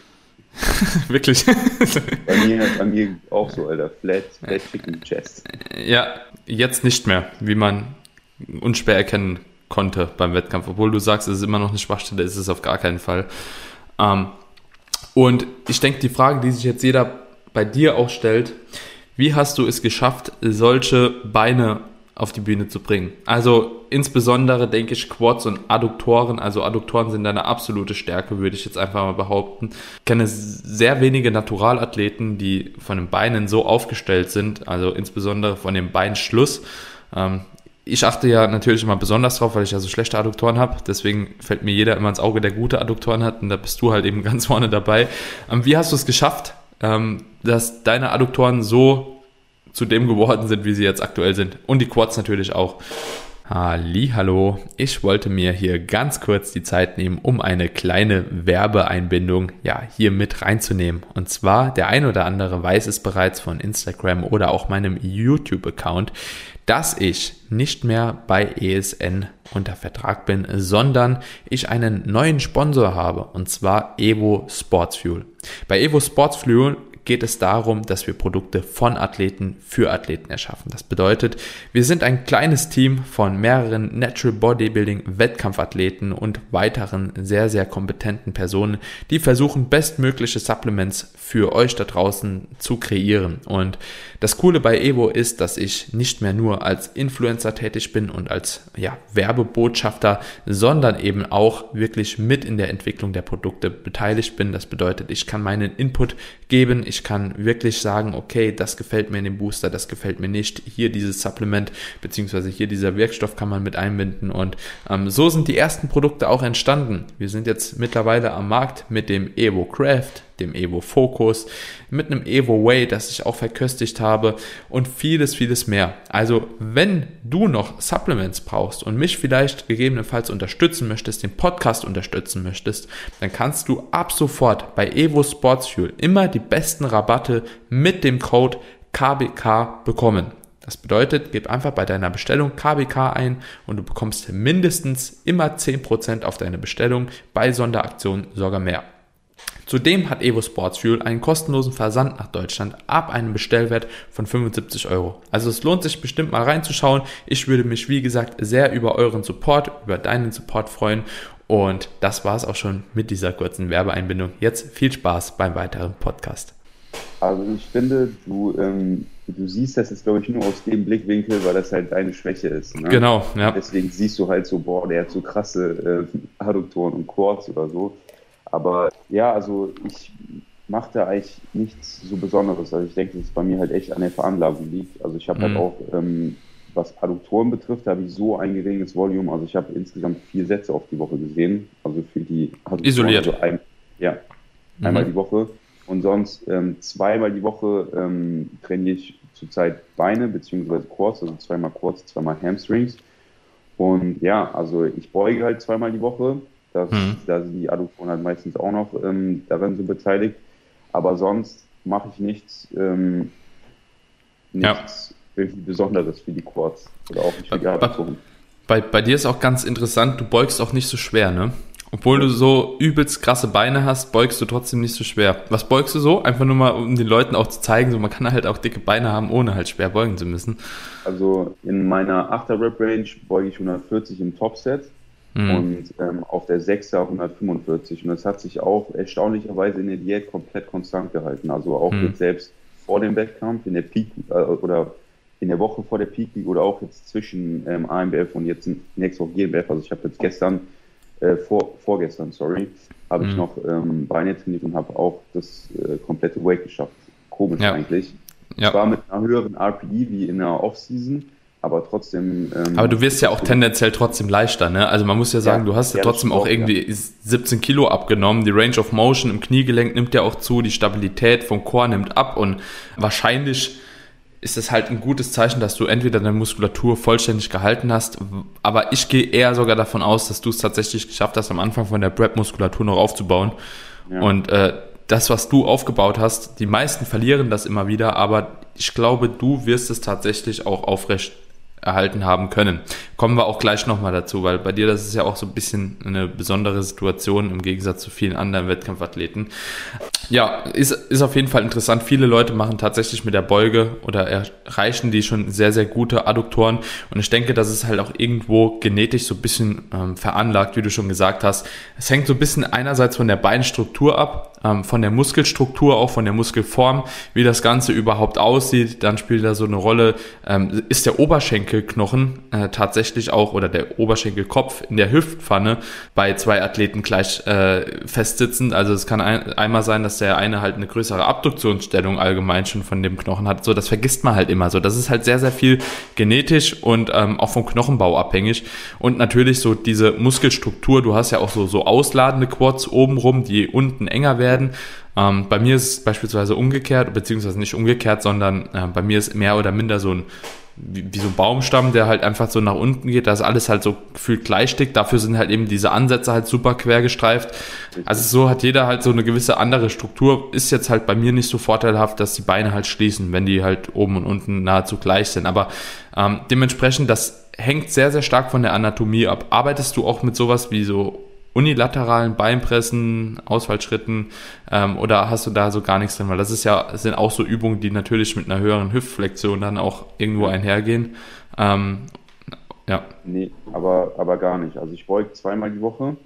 Wirklich. Bei mir, bei mir auch so, Alter. Flat, flat Chicken Chest. Ja, jetzt nicht mehr, wie man unschwer erkennen konnte beim Wettkampf. Obwohl du sagst, es ist immer noch eine Schwachstelle, ist es auf gar keinen Fall. Ähm, und ich denke, die Frage, die sich jetzt jeder bei dir auch stellt, wie hast du es geschafft, solche Beine auf die Bühne zu bringen? Also insbesondere denke ich Quads und Adduktoren, also Adduktoren sind deine absolute Stärke, würde ich jetzt einfach mal behaupten. Ich kenne sehr wenige Naturalathleten, die von den Beinen so aufgestellt sind, also insbesondere von dem Beinschluss. Ähm, ich achte ja natürlich immer besonders drauf, weil ich ja so schlechte Adduktoren habe, deswegen fällt mir jeder immer ins Auge, der gute Adduktoren hat und da bist du halt eben ganz vorne dabei. Ähm, wie hast du es geschafft, ähm, dass deine Adduktoren so zu dem geworden sind, wie sie jetzt aktuell sind. Und die Quads natürlich auch. Hallihallo, ich wollte mir hier ganz kurz die Zeit nehmen, um eine kleine Werbeeinbindung ja hier mit reinzunehmen. Und zwar, der ein oder andere weiß es bereits von Instagram oder auch meinem YouTube-Account, dass ich nicht mehr bei E S N unter Vertrag bin, sondern ich einen neuen Sponsor habe, und zwar Evo Sports Fuel. Bei Evo Sports Fuel geht es darum, dass wir Produkte von Athleten für Athleten erschaffen. Das bedeutet, wir sind ein kleines Team von mehreren Natural Bodybuilding Wettkampfathleten und weiteren sehr, sehr kompetenten Personen, die versuchen, bestmögliche Supplements für euch da draußen zu kreieren. Und das Coole bei Evo ist, dass ich nicht mehr nur als Influencer tätig bin und als ja, Werbebotschafter, sondern eben auch wirklich mit in der Entwicklung der Produkte beteiligt bin. Das bedeutet, ich kann meinen Input geben, ich Ich kann wirklich sagen, okay, das gefällt mir in dem Booster, das gefällt mir nicht. Hier dieses Supplement, beziehungsweise hier dieser Wirkstoff kann man mit einbinden. Und ähm, so sind die ersten Produkte auch entstanden. Wir sind jetzt mittlerweile am Markt mit dem Evo Craft, dem Evo Focus, mit einem Evo Whey, das ich auch verköstigt habe und vieles, vieles mehr. Also wenn du noch Supplements brauchst und mich vielleicht gegebenenfalls unterstützen möchtest, den Podcast unterstützen möchtest, dann kannst du ab sofort bei Evo Sports Fuel immer die besten Rabatte mit dem Code K B K bekommen. Das bedeutet, gib einfach bei deiner Bestellung K B K ein und du bekommst mindestens immer zehn Prozent auf deine Bestellung, bei Sonderaktionen sogar mehr. Zudem hat Evo Sports Fuel einen kostenlosen Versand nach Deutschland ab einem Bestellwert von fünfundsiebzig Euro. Also es lohnt sich bestimmt mal reinzuschauen. Ich würde mich, wie gesagt, sehr über euren Support, über deinen Support freuen. Und das war es auch schon mit dieser kurzen Werbeeinbindung. Jetzt viel Spaß beim weiteren Podcast. Also ich finde, du, ähm, du siehst das jetzt, glaube ich, nur aus dem Blickwinkel, weil das halt deine Schwäche ist. Ne? Genau, ja. Deswegen siehst du halt so, boah, der hat so krasse äh, Adduktoren und Quads oder so. Aber ja, also ich mache da eigentlich nichts so Besonderes. Also ich denke, dass es bei mir halt echt an der Veranlagung liegt. Also ich habe mhm. halt auch, ähm, was Adduktoren betrifft, habe ich so ein geringes Volume. Also ich habe insgesamt vier Sätze auf die Woche gesehen. Also für die Adduktoren. Isoliert. Also ein, ja, mhm. einmal die Woche. Und sonst ähm, zweimal die Woche ähm, trainiere ich zurzeit Beine beziehungsweise Quads, also zweimal Quads, zweimal Hamstrings. Und ja, also ich beuge halt zweimal die Woche. Das, mhm. Da sind die Adduktoren halt meistens auch noch ähm, daran so beteiligt. Aber sonst mache ich nichts, ähm, nichts ja. irgendwie Besonderes für die Quads oder auch nicht für die Adduktoren. Bei, bei dir ist auch ganz interessant, du beugst auch nicht so schwer, ne? Obwohl du so übelst krasse Beine hast, beugst du trotzdem nicht so schwer. Was beugst du so? Einfach nur mal, um den Leuten auch zu zeigen, so man kann halt auch dicke Beine haben, ohne halt schwer beugen zu müssen. Also in meiner achter Rep Range beuge ich hundertvierzig im Topset. Mhm. Und ähm, auf der sechser hundertfünfundvierzig. Und das hat sich auch erstaunlicherweise in der Diät komplett konstant gehalten. Also auch mhm. jetzt selbst vor dem Wettkampf, in der Peak äh, oder in der Woche vor der Peak oder auch jetzt zwischen ähm, A M B F und jetzt nächste Woche G M B F. Also ich habe jetzt gestern, äh, vor, vorgestern, sorry, habe mhm. ich noch ähm, Beine trainiert und habe auch das äh, komplette Weight geschafft. Komisch ja. eigentlich. Ja. Zwar mit einer höheren R P E wie in der Off-Season, aber trotzdem... Ähm, aber du wirst ja auch tendenziell trotzdem leichter, ne? Also man muss ja sagen, ja, du hast ja, ja trotzdem auch irgendwie ja. siebzehn Kilo abgenommen, die Range of Motion im Kniegelenk nimmt ja auch zu, die Stabilität vom Core nimmt ab und wahrscheinlich ist es halt ein gutes Zeichen, dass du entweder deine Muskulatur vollständig gehalten hast, aber ich gehe eher sogar davon aus, dass du es tatsächlich geschafft hast, am Anfang von der Prep-Muskulatur noch aufzubauen ja. und äh, das, was du aufgebaut hast, die meisten verlieren das immer wieder, aber ich glaube, du wirst es tatsächlich auch aufrecht erhalten haben können. Kommen wir auch gleich nochmal dazu, weil bei dir, das ist ja auch so ein bisschen eine besondere Situation im Gegensatz zu vielen anderen Wettkampfathleten. Ja, ist, ist auf jeden Fall interessant. Viele Leute machen tatsächlich mit der Beuge oder erreichen die schon sehr, sehr gute Adduktoren und ich denke, das ist halt auch irgendwo genetisch so ein bisschen ähm, veranlagt, wie du schon gesagt hast. Es hängt so ein bisschen einerseits von der Beinstruktur ab, ähm, von der Muskelstruktur, auch von der Muskelform, wie das Ganze überhaupt aussieht. Dann spielt da so eine Rolle, ähm, ist der Oberschenkelknochen äh, tatsächlich auch oder der Oberschenkelkopf in der Hüftpfanne bei zwei Athleten gleich äh, festsitzend. Also es kann ein, einmal sein, dass der eine halt eine größere Abduktionsstellung allgemein schon von dem Knochen hat. So, das vergisst man halt immer so. Das ist halt sehr, sehr viel genetisch und ähm, auch vom Knochenbau abhängig. Und natürlich so diese Muskelstruktur. Du hast ja auch so, so ausladende Quads obenrum, die unten enger werden. Ähm, bei mir ist es beispielsweise umgekehrt, beziehungsweise nicht umgekehrt, sondern äh, bei mir ist mehr oder minder so ein Wie, wie so ein Baumstamm, der halt einfach so nach unten geht, da ist alles halt so gefühlt gleich dick, dafür sind halt eben diese Ansätze halt super quer gestreift. Also so hat jeder halt so eine gewisse andere Struktur, ist jetzt halt bei mir nicht so vorteilhaft, dass die Beine halt schließen, wenn die halt oben und unten nahezu gleich sind, aber ähm, dementsprechend, das hängt sehr, sehr stark von der Anatomie ab. Arbeitest du auch mit sowas wie so unilateralen Beinpressen, Ausfallschritten ähm, oder hast du da so gar nichts drin? Weil das ist ja, das sind auch so Übungen, die natürlich mit einer höheren Hüftflexion dann auch irgendwo einhergehen. Ähm, ja. Nee, aber, aber gar nicht. Also ich beuge zweimal die Woche,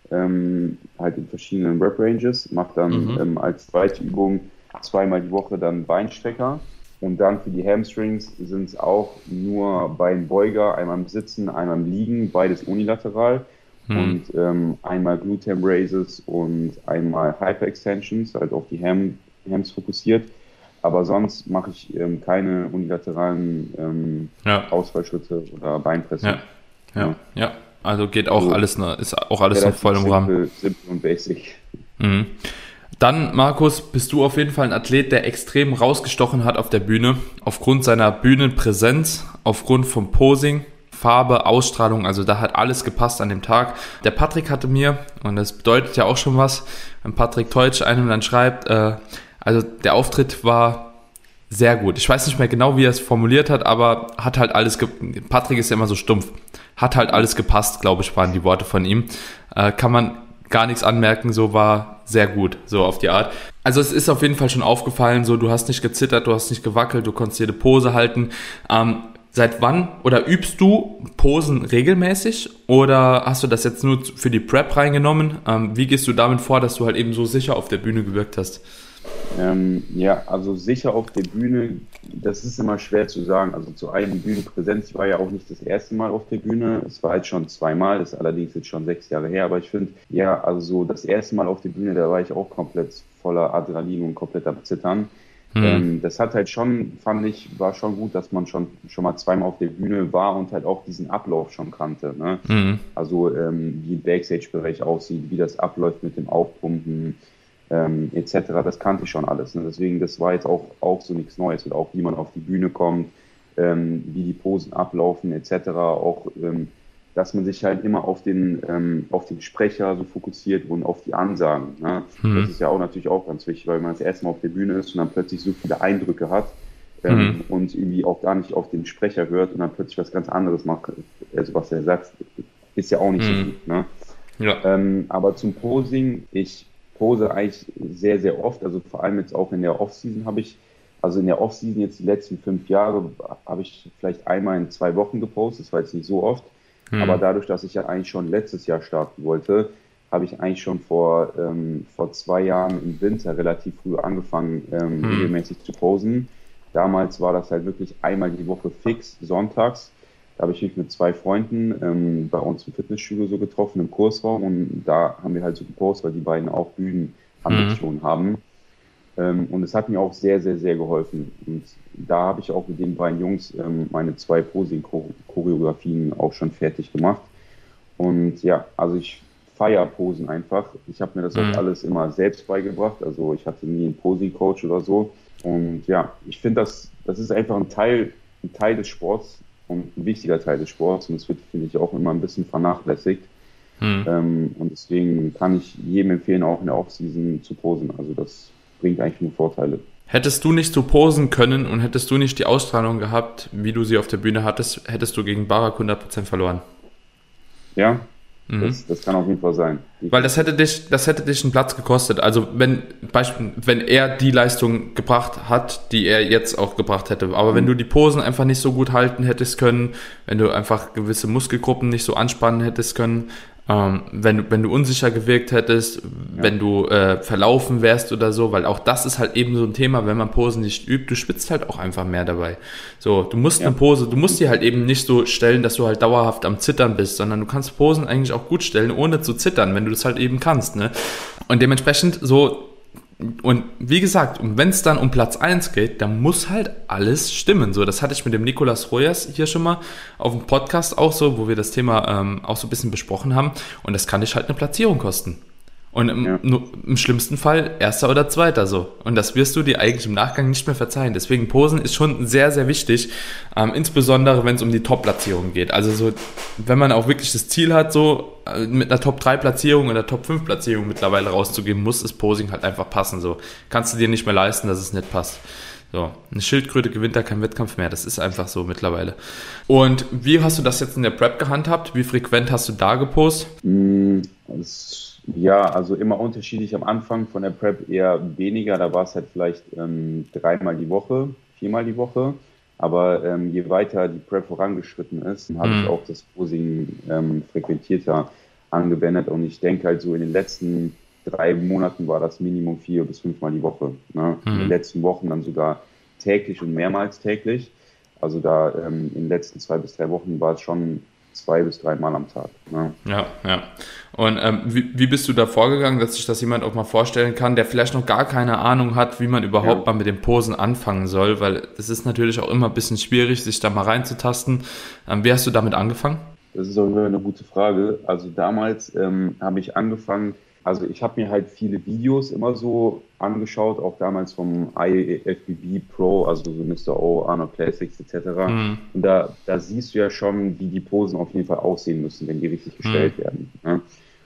ähm, halt in verschiedenen Rep-Ranges, mache dann mhm. ähm, als zweite Übung zweimal die Woche dann Beinstrecker und dann für die Hamstrings sind es auch nur Beinbeuger, einmal im Sitzen, einmal im Liegen, beides unilateral. Hm. Und ähm, einmal Glute Ham Raises und einmal Hyper Extensions, halt auf die Ham Hems fokussiert. Aber sonst mache ich ähm, keine unilateralen ähm, ja. Ausfallschritte oder Beinpressen. Ja, ja, ja. ja. Also geht auch also, alles, ne, ist auch alles noch voll im Rahmen. Simpel und basic. Mhm. Dann, Markus, bist du auf jeden Fall ein Athlet, der extrem rausgestochen hat auf der Bühne, aufgrund seiner Bühnenpräsenz, aufgrund vom Posing, Farbe, Ausstrahlung, also da hat alles gepasst an dem Tag. Der Patrick hatte mir, und das bedeutet ja auch schon was, wenn Patrick Teutsch einem dann schreibt, äh, also der Auftritt war sehr gut. Ich weiß nicht mehr genau, wie er es formuliert hat, aber hat halt alles, ge- Patrick ist ja immer so stumpf, hat halt alles gepasst, glaube ich, waren die Worte von ihm. Äh, kann man gar nichts anmerken, so war sehr gut, so auf die Art. Also es ist auf jeden Fall schon aufgefallen, so du hast nicht gezittert, du hast nicht gewackelt, du konntest jede Pose halten. Ähm, seit wann oder übst du Posen regelmäßig oder hast du das jetzt nur für die Prep reingenommen? Ähm, wie gehst du damit vor, dass du halt eben so sicher auf der Bühne gewirkt hast? Ähm, ja, also sicher auf der Bühne, das ist immer schwer zu sagen. Also zu einem Bühnenpräsenz, ich war ja auch nicht das erste Mal auf der Bühne, es war jetzt schon zweimal, das ist allerdings jetzt schon sechs Jahre her, aber ich finde, ja, also so das erste Mal auf der Bühne, da war ich auch komplett voller Adrenalin und komplett am Zittern. Mhm. Ähm, das hat halt schon, fand ich, war schon gut, dass man schon, schon mal zweimal auf der Bühne war und halt auch diesen Ablauf schon kannte, ne? Mhm. Also ähm, wie der Backstage-Bereich aussieht, wie das abläuft mit dem Aufpumpen, Ähm, et cetera. Das kannte ich schon alles. Ne? Deswegen, das war jetzt auch, auch so nichts Neues. Und auch wie man auf die Bühne kommt, ähm, wie die Posen ablaufen, et cetera. Auch, ähm, dass man sich halt immer auf den, ähm, auf den Sprecher so fokussiert und auf die Ansagen. Ne? Mhm. Das ist ja auch natürlich auch ganz wichtig, weil man das erste Mal auf der Bühne ist und dann plötzlich so viele Eindrücke hat ähm, mhm. und irgendwie auch gar nicht auf den Sprecher hört und dann plötzlich was ganz anderes macht. Also was er sagt, ist ja auch nicht mhm. so gut. Ne? Ja. Ähm, aber zum Posing, ich pose eigentlich sehr, sehr oft, also vor allem jetzt auch in der Off-Season habe ich, also in der Off-Season jetzt die letzten fünf Jahre habe ich vielleicht einmal in zwei Wochen gepostet, das war jetzt nicht so oft, hm. aber dadurch, dass ich ja eigentlich schon letztes Jahr starten wollte, habe ich eigentlich schon vor, ähm, vor zwei Jahren im Winter relativ früh angefangen, ähm, hm. regelmäßig zu posen. Damals war das halt wirklich einmal die Woche fix, sonntags. Da habe ich mich mit zwei Freunden ähm, bei uns im Fitnessstudio so getroffen, im Kursraum, und da haben wir halt so gepostet, weil die beiden auch Bühnenambitionen mhm. haben. Ähm, und es hat mir auch sehr, sehr, sehr geholfen. Und da habe ich auch mit den beiden Jungs ähm, meine zwei Posing-Choreografien auch schon fertig gemacht. Und ja, also ich feiere Posen einfach. Ich habe mir das mhm. auch alles immer selbst beigebracht. Also ich hatte nie einen Posing-Coach oder so. Und ja, ich finde, das, das ist einfach ein Teil, ein Teil des Sports. Und ein wichtiger Teil des Sports, und es wird, finde ich, auch immer ein bisschen vernachlässigt. Hm. Ähm, und deswegen kann ich jedem empfehlen, auch in der Off-Season zu posen. Also das bringt eigentlich nur Vorteile. Hättest du nicht so posen können und hättest du nicht die Ausstrahlung gehabt, wie du sie auf der Bühne hattest, hättest du gegen Barak hundert Prozent verloren. Ja, mhm. das, das kann auf jeden Fall sein. Weil das hätte dich, das hätte dich einen Platz gekostet. Also wenn, Beispiel, wenn er die Leistung gebracht hat, die er jetzt auch gebracht hätte. Aber mhm. wenn du die Posen einfach nicht so gut halten hättest können, wenn du einfach gewisse Muskelgruppen nicht so anspannen hättest können, ähm, wenn du, wenn du unsicher gewirkt hättest, ja. wenn du äh, verlaufen wärst oder so, weil auch das ist halt eben so ein Thema, wenn man Posen nicht übt, du schwitzt halt auch einfach mehr dabei. So, du musst ja. eine Pose, du musst die halt eben nicht so stellen, dass du halt dauerhaft am Zittern bist, sondern du kannst Posen eigentlich auch gut stellen, ohne zu zittern, wenn du das halt eben kannst, ne? Und dementsprechend so, und wie gesagt, wenn es dann um Platz eins geht, dann muss halt alles stimmen. So, das hatte ich mit dem Nicolas Rojas hier schon mal auf dem Podcast auch so, wo wir das Thema ähm, auch so ein bisschen besprochen haben. Und das kann dich halt eine Platzierung kosten. Und im, ja. nur, im schlimmsten Fall Erster oder Zweiter so. Und das wirst du dir eigentlich im Nachgang nicht mehr verzeihen. Deswegen Posen ist schon sehr, sehr wichtig. Ähm, insbesondere, wenn es um die Top-Platzierung geht. Also so, wenn man auch wirklich das Ziel hat, so äh, mit einer Top drei Platzierung oder Top fünf Platzierung mittlerweile rauszugehen, muss das Posing halt einfach passen. So, kannst du dir nicht mehr leisten, dass es nicht passt. So, eine Schildkröte gewinnt da keinen Wettkampf mehr. Das ist einfach so mittlerweile. Und wie hast du das jetzt in der Prep gehandhabt? Wie frequent hast du da gepostet? Mm, das Ja, also immer unterschiedlich. Am Anfang von der Prep eher weniger, da war es halt vielleicht ähm, dreimal die Woche, viermal die Woche. Aber ähm, je weiter die Prep vorangeschritten ist, habe mhm. ich auch das Posing ähm, frequentierter angewendet. Und ich denke halt so in den letzten drei Monaten war das Minimum vier bis fünfmal die Woche. Ne? Mhm. In den letzten Wochen dann sogar täglich und mehrmals täglich. Also da ähm, in den letzten zwei bis drei Wochen war es schon zwei bis drei Mal am Tag. Ne? Ja, ja. Und ähm, wie, wie bist du da vorgegangen, dass sich das jemand auch mal vorstellen kann, der vielleicht noch gar keine Ahnung hat, wie man überhaupt ja. mal mit den Posen anfangen soll, weil es ist natürlich auch immer ein bisschen schwierig, sich da mal reinzutasten. Ähm, wie hast du damit angefangen? Das ist auch immer eine gute Frage. Also damals ähm, habe ich angefangen, also ich habe mir halt viele Videos immer so angeschaut, auch damals vom I F B B Pro, also so Mister O, Arnold Classics et cetera. Mhm. Und da, da siehst du ja schon, wie die Posen auf jeden Fall aussehen müssen, wenn die richtig gestellt mhm. werden. Ne?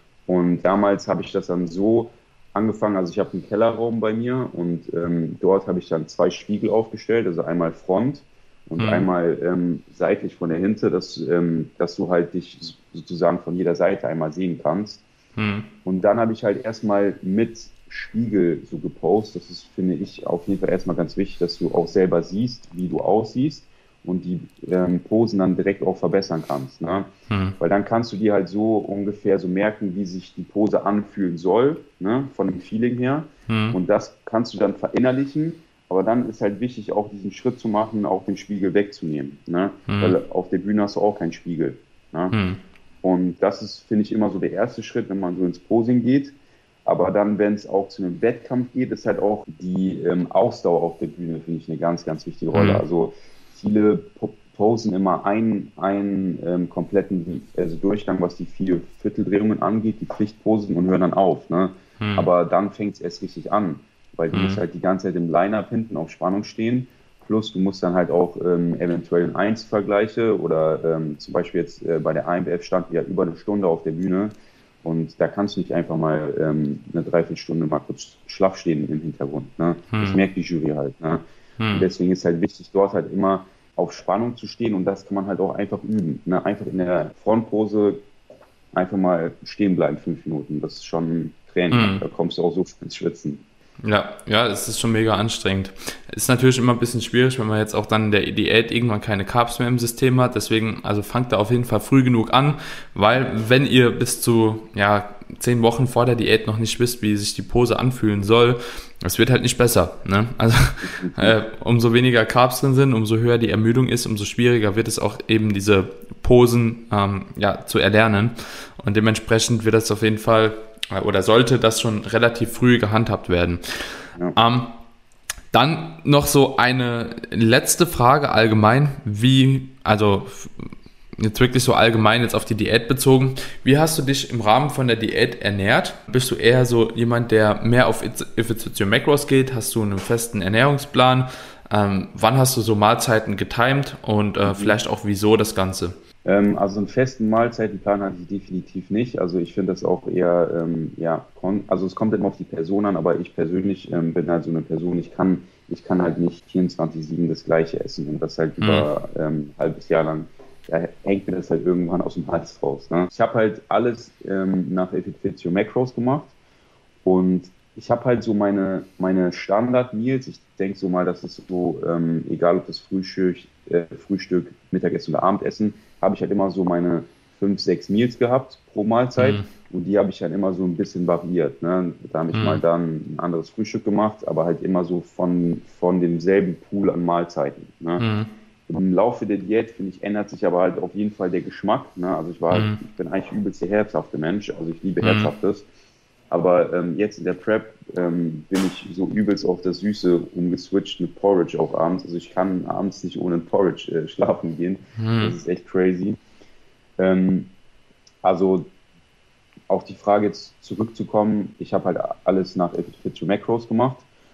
Und damals habe ich das dann so angefangen, also ich habe einen Kellerraum bei mir und ähm, dort habe ich dann zwei Spiegel aufgestellt, also einmal Front und mhm. einmal ähm, seitlich von der Hinter, dass, ähm, dass du halt dich sozusagen von jeder Seite einmal sehen kannst. Mhm. Und dann habe ich halt erstmal mit Spiegel so gepostet. Das ist, finde ich, auf jeden Fall erstmal ganz wichtig, dass du auch selber siehst, wie du aussiehst und die ähm, Posen dann direkt auch verbessern kannst. Ne? Mhm. Weil dann kannst du dir halt so ungefähr so merken, wie sich die Pose anfühlen soll, ne? Von dem Feeling her. Mhm. Und das kannst du dann verinnerlichen. Aber dann ist halt wichtig, auch diesen Schritt zu machen, auch den Spiegel wegzunehmen. Ne? Mhm. Weil auf der Bühne hast du auch keinen Spiegel. Ne? Mhm. Und das ist, finde ich, immer so der erste Schritt, wenn man so ins Posing geht. Aber dann, wenn es auch zu einem Wettkampf geht, ist halt auch die ähm, Ausdauer auf der Bühne, finde ich, eine ganz, ganz wichtige Rolle. Mhm. Also viele posen immer einen, einen ähm, kompletten also Durchgang, was die vier Vierteldrehungen angeht, die Pflichtposen und hören dann auf. Ne? Mhm. Aber dann fängt es erst richtig an, weil du mhm. musst halt die ganze Zeit im Line-Up hinten auf Spannung stehen. Plus du musst dann halt auch ähm, eventuell in Einzelvergleiche oder ähm, zum Beispiel jetzt äh, bei der A M B F stand ja über eine Stunde auf der Bühne und da kannst du nicht einfach mal ähm, eine Dreiviertelstunde mal kurz schlaff stehen im Hintergrund. Ne? Hm. Das merkt die Jury halt. Ne? Hm. Und deswegen ist halt wichtig, dort halt immer auf Spannung zu stehen und das kann man halt auch einfach üben. Ne? Einfach in der Frontpose einfach mal stehen bleiben, fünf Minuten. Das ist schon ein Training. Hm. Da kommst du auch so ins Schwitzen. Ja, ja, es ist schon mega anstrengend. Ist natürlich immer ein bisschen schwierig, wenn man jetzt auch dann in der Diät irgendwann keine Carbs mehr im System hat. Deswegen, also fangt da auf jeden Fall früh genug an, weil wenn ihr bis zu, ja, zehn Wochen vor der Diät noch nicht wisst, wie sich die Pose anfühlen soll, es wird halt nicht besser, ne? Also, äh, umso weniger Carbs drin sind, umso höher die Ermüdung ist, umso schwieriger wird es auch eben diese Posen, ähm, ja, zu erlernen. Und dementsprechend wird das auf jeden Fall oder sollte das schon relativ früh gehandhabt werden. Ja. Ähm, dann noch so eine letzte Frage allgemein, wie, also jetzt wirklich so allgemein jetzt auf die Diät bezogen, wie hast du dich im Rahmen von der Diät ernährt? Bist du eher so jemand, der mehr auf Effizienz Macros geht? Hast du einen festen Ernährungsplan? Ähm, wann hast du so Mahlzeiten getimed und äh, vielleicht auch wieso das Ganze? Also einen festen Mahlzeitenplan hatte ich definitiv nicht. Also ich finde das auch eher, ähm, ja, kon- also es kommt immer auf die Person an, aber ich persönlich ähm, bin halt so eine Person, ich kann, ich kann halt nicht vierundzwanzig sieben das Gleiche essen und das halt mhm. über ähm, ein halbes Jahr lang. Da hängt mir das halt irgendwann aus dem Hals raus. Ne? Ich habe halt alles ähm, nach Effizienz Macros gemacht und ich habe halt so meine, meine Standard-Meals. Ich denke so mal, das ist so, ähm, egal ob das Frühstück, äh, Frühstück, Mittagessen oder Abendessen, habe ich halt immer so meine fünf, sechs Meals gehabt pro Mahlzeit mhm. und die habe ich dann immer so ein bisschen variiert. Ne? Da habe ich mhm. mal dann ein anderes Frühstück gemacht, aber halt immer so von, von demselben Pool an Mahlzeiten. Ne? Mhm. Im Laufe der Diät, finde ich, ändert sich aber halt auf jeden Fall der Geschmack. Ne? Also ich war, mhm. ich bin eigentlich übelst der herzhafte Mensch, also ich liebe mhm. Herzhaftes. Aber ähm, jetzt in der Prep ähm, bin ich so übelst auf das Süße umgeswitcht mit Porridge auch abends. Also ich kann abends nicht ohne Porridge äh, schlafen gehen. Hm. Das ist echt crazy. Ähm, also auf die Frage jetzt zurückzukommen, ich habe halt alles nach Effizienz Macros gemacht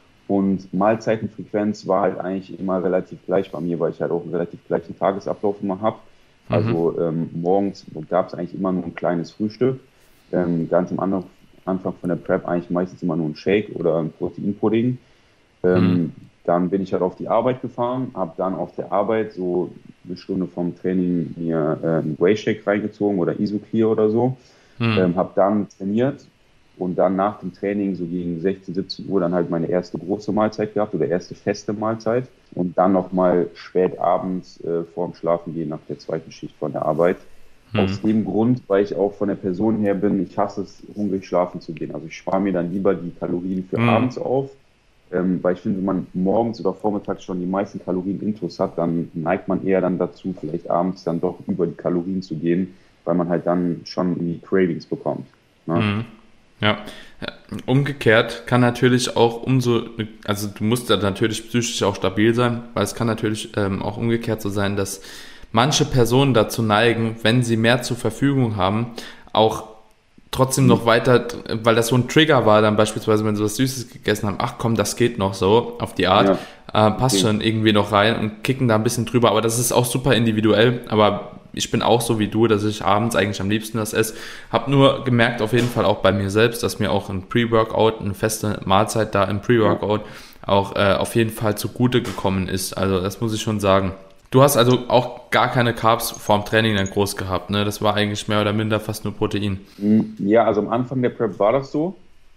und Mahlzeitenfrequenz war halt eigentlich immer relativ gleich bei mir, weil ich halt auch einen relativ gleichen Tagesablauf immer habe. Mhm. Also ähm, morgens gab es eigentlich immer nur ein kleines Frühstück. Ähm, ganz am Anfang Anfang von der Prep eigentlich meistens immer nur ein Shake oder ein Proteinpudding. Ähm, mhm. Dann bin ich halt auf die Arbeit gefahren, habe dann auf der Arbeit so eine Stunde vom Training mir äh, einen Whey-Shake reingezogen oder Isoclear oder so. Mhm. Ähm, habe dann trainiert und dann nach dem Training so gegen sechzehn, siebzehn Uhr dann halt meine erste große Mahlzeit gehabt oder erste feste Mahlzeit und dann nochmal spät abends äh, vorm Schlafengehen nach der zweiten Schicht von der Arbeit. Aus dem Grund, weil ich auch von der Person her bin, ich hasse es, hungrig schlafen zu gehen. Also ich spare mir dann lieber die Kalorien für mhm. abends auf, ähm, weil ich finde, wenn man morgens oder vormittags schon die meisten Kalorien intus hat, dann neigt man eher dann dazu, vielleicht abends dann doch über die Kalorien zu gehen, weil man halt dann schon die Cravings bekommt. Ne? Mhm. Ja, umgekehrt kann natürlich auch umso, also du musst ja natürlich psychisch auch stabil sein, weil es kann natürlich ähm, auch umgekehrt so sein, dass manche Personen dazu neigen, wenn sie mehr zur Verfügung haben, auch trotzdem noch weiter, weil das so ein Trigger war, dann beispielsweise, wenn sie was Süßes gegessen haben, ach komm, das geht noch so, auf die Art, ja. äh, passt okay. schon irgendwie noch rein und kicken da ein bisschen drüber, aber das ist auch super individuell, aber ich bin auch so wie du, dass ich abends eigentlich am liebsten das esse. Hab nur gemerkt, auf jeden Fall auch bei mir selbst, dass mir auch ein Pre-Workout, eine feste Mahlzeit da im Pre-Workout auch äh, auf jeden Fall zugute gekommen ist. Also das muss ich schon sagen. Du hast also auch gar keine Carbs vorm Training dann groß gehabt, ne? Das war eigentlich mehr oder minder fast nur Protein. Ja, also am Anfang der Prep war das so.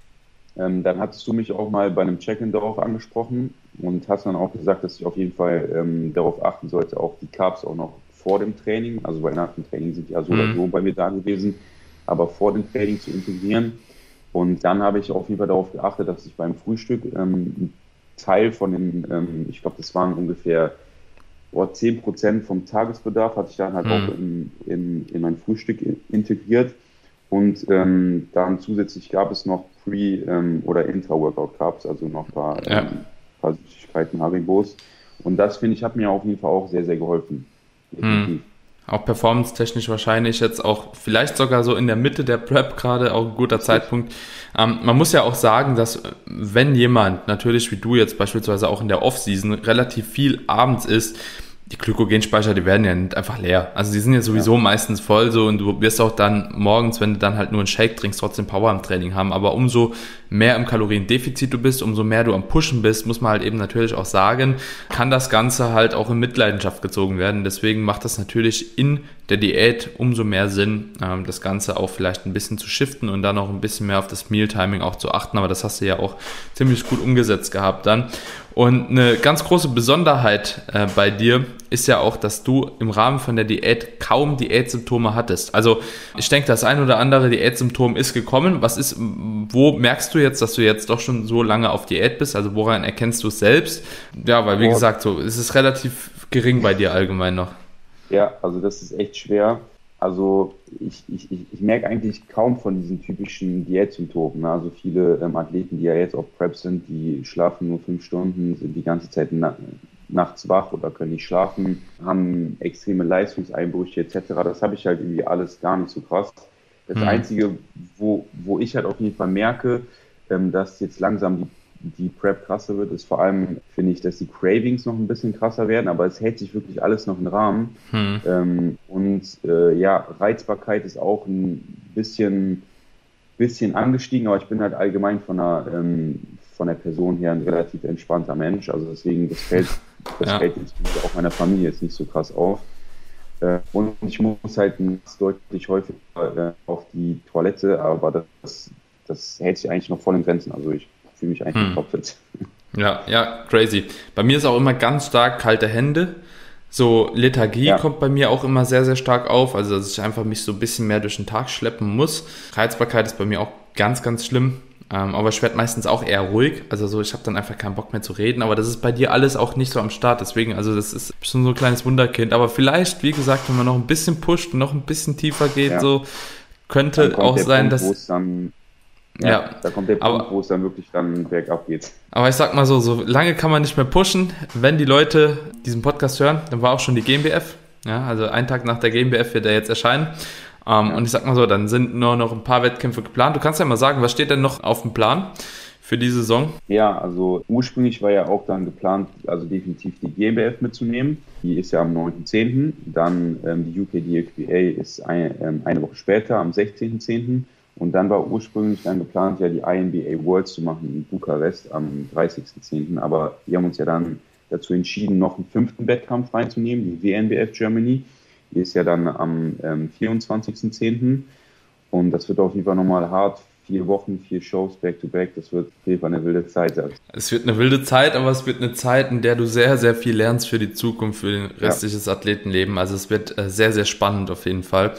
Ähm, dann hattest du mich auch mal bei einem Check-in darauf angesprochen und hast dann auch gesagt, dass ich auf jeden Fall ähm, darauf achten sollte, auch die Carbs auch noch vor dem Training, also bei nach dem Training sind die ja so mhm. oder so bei mir da gewesen, aber vor dem Training zu integrieren. Und dann habe ich auf jeden Fall darauf geachtet, dass ich beim Frühstück ähm, einen Teil von den, ähm, ich glaube, das waren ungefähr oh, zehn Prozent vom Tagesbedarf, hatte ich dann halt mhm. auch in, in, in mein Frühstück integriert. Und ähm, dann zusätzlich gab es noch Pre- ähm, oder Intra-Workout-Carbs, also noch ein paar, ja. ähm, paar Süßigkeiten, Haribos. Und das, finde ich, hat mir auf jeden Fall auch sehr, sehr geholfen. Hm. Auch performance-technisch wahrscheinlich jetzt auch vielleicht sogar so in der Mitte der Prep gerade auch ein guter Zeitpunkt. Ähm, man muss ja auch sagen, dass wenn jemand natürlich wie du jetzt beispielsweise auch in der Off-Season relativ viel abends isst, die Glykogenspeicher, die werden ja nicht einfach leer. Also die sind ja sowieso ja. meistens voll so und du wirst auch dann morgens, wenn du dann halt nur einen Shake trinkst, trotzdem Power im Training haben. Aber umso mehr im Kaloriendefizit du bist, umso mehr du am Pushen bist, muss man halt eben natürlich auch sagen, kann das Ganze halt auch in Mitleidenschaft gezogen werden. Deswegen macht das natürlich in der Diät umso mehr Sinn, das Ganze auch vielleicht ein bisschen zu shiften und dann auch ein bisschen mehr auf das Meal-Timing auch zu achten. Aber das hast du ja auch ziemlich gut umgesetzt gehabt dann. Und eine ganz große Besonderheit äh, bei dir ist ja auch, dass du im Rahmen von der Diät kaum Diätsymptome hattest. Also ich denke, das ein oder andere Diätsymptom ist gekommen. Was ist, wo merkst du jetzt, dass du jetzt doch schon so lange auf Diät bist? Also woran erkennst du es selbst? Ja, weil wie gesagt, so es ist relativ gering bei dir allgemein noch. Ja, also das ist echt schwer. Also ich, ich, ich, ich merke eigentlich kaum von diesen typischen Diätsymptomen. Ne? Also viele ähm, Athleten, die ja jetzt auf Prep sind, die schlafen nur fünf Stunden, sind die ganze Zeit na- nachts wach oder können nicht schlafen, haben extreme Leistungseinbrüche et cetera. Das habe ich halt irgendwie alles gar nicht so krass. Das mhm. Einzige, wo, wo ich halt auf jeden Fall merke, ähm, dass jetzt langsam die die Prep krasser wird, ist vor allem, finde ich, dass die Cravings noch ein bisschen krasser werden, aber es hält sich wirklich alles noch im Rahmen. Hm. Ähm, und äh, ja, Reizbarkeit ist auch ein bisschen, bisschen angestiegen, aber ich bin halt allgemein von der, ähm, von der Person her ein relativ entspannter Mensch, also deswegen, das fällt, das ja. fällt jetzt auch meiner Familie jetzt nicht so krass auf. Äh, und ich muss halt deutlich häufiger äh, auf die Toilette, aber das, das hält sich eigentlich noch voll in Grenzen, also ich fühle mich eigentlich hm. topfit. Ja, ja, crazy. Bei mir ist auch immer ganz stark kalte Hände. So Lethargie ja. kommt bei mir auch immer sehr, sehr stark auf. Also, dass ich einfach mich so ein bisschen mehr durch den Tag schleppen muss. Reizbarkeit ist bei mir auch ganz, ganz schlimm. Ähm, aber ich werde meistens auch eher ruhig. Also so, ich habe dann einfach keinen Bock mehr zu reden. Aber das ist bei dir alles auch nicht so am Start. Deswegen, also das ist schon so ein kleines Wunderkind. Aber vielleicht, wie gesagt, wenn man noch ein bisschen pusht und noch ein bisschen tiefer geht, ja. so könnte auch sein, Punkt, dass... Ja, ja, da kommt der Punkt, aber, wo es dann wirklich dann bergab geht. Aber ich sag mal so, so lange kann man nicht mehr pushen. Wenn die Leute diesen Podcast hören, dann war auch schon die G M B F. Ja, also einen Tag nach der G M B F wird er jetzt erscheinen. Ähm, ja. Und ich sag mal so, dann sind nur noch ein paar Wettkämpfe geplant. Du kannst ja mal sagen, was steht denn noch auf dem Plan für die Saison? Ja, also ursprünglich war ja auch dann geplant, also definitiv die G M B F mitzunehmen. Die ist ja am neunten zehnten Dann ähm, die U K D X B A ist ein, ähm, eine Woche später, am sechzehnten zehnten Und dann war ursprünglich dann geplant, ja die I N B A Worlds zu machen in Bukarest am dreißigsten zehnten Aber wir haben uns ja dann dazu entschieden, noch einen fünften Wettkampf reinzunehmen, die W N B F Germany. Die ist ja dann am ähm, vierundzwanzigsten zehnten Und das wird auf jeden Fall nochmal hart. Vier Wochen, vier Shows back-to-back. Das wird auf jeden Fall eine wilde Zeit. Es wird eine wilde Zeit, aber es wird eine Zeit, in der du sehr, sehr viel lernst für die Zukunft, für den restliches ja. Athletenleben. Also es wird äh, sehr, sehr spannend auf jeden Fall.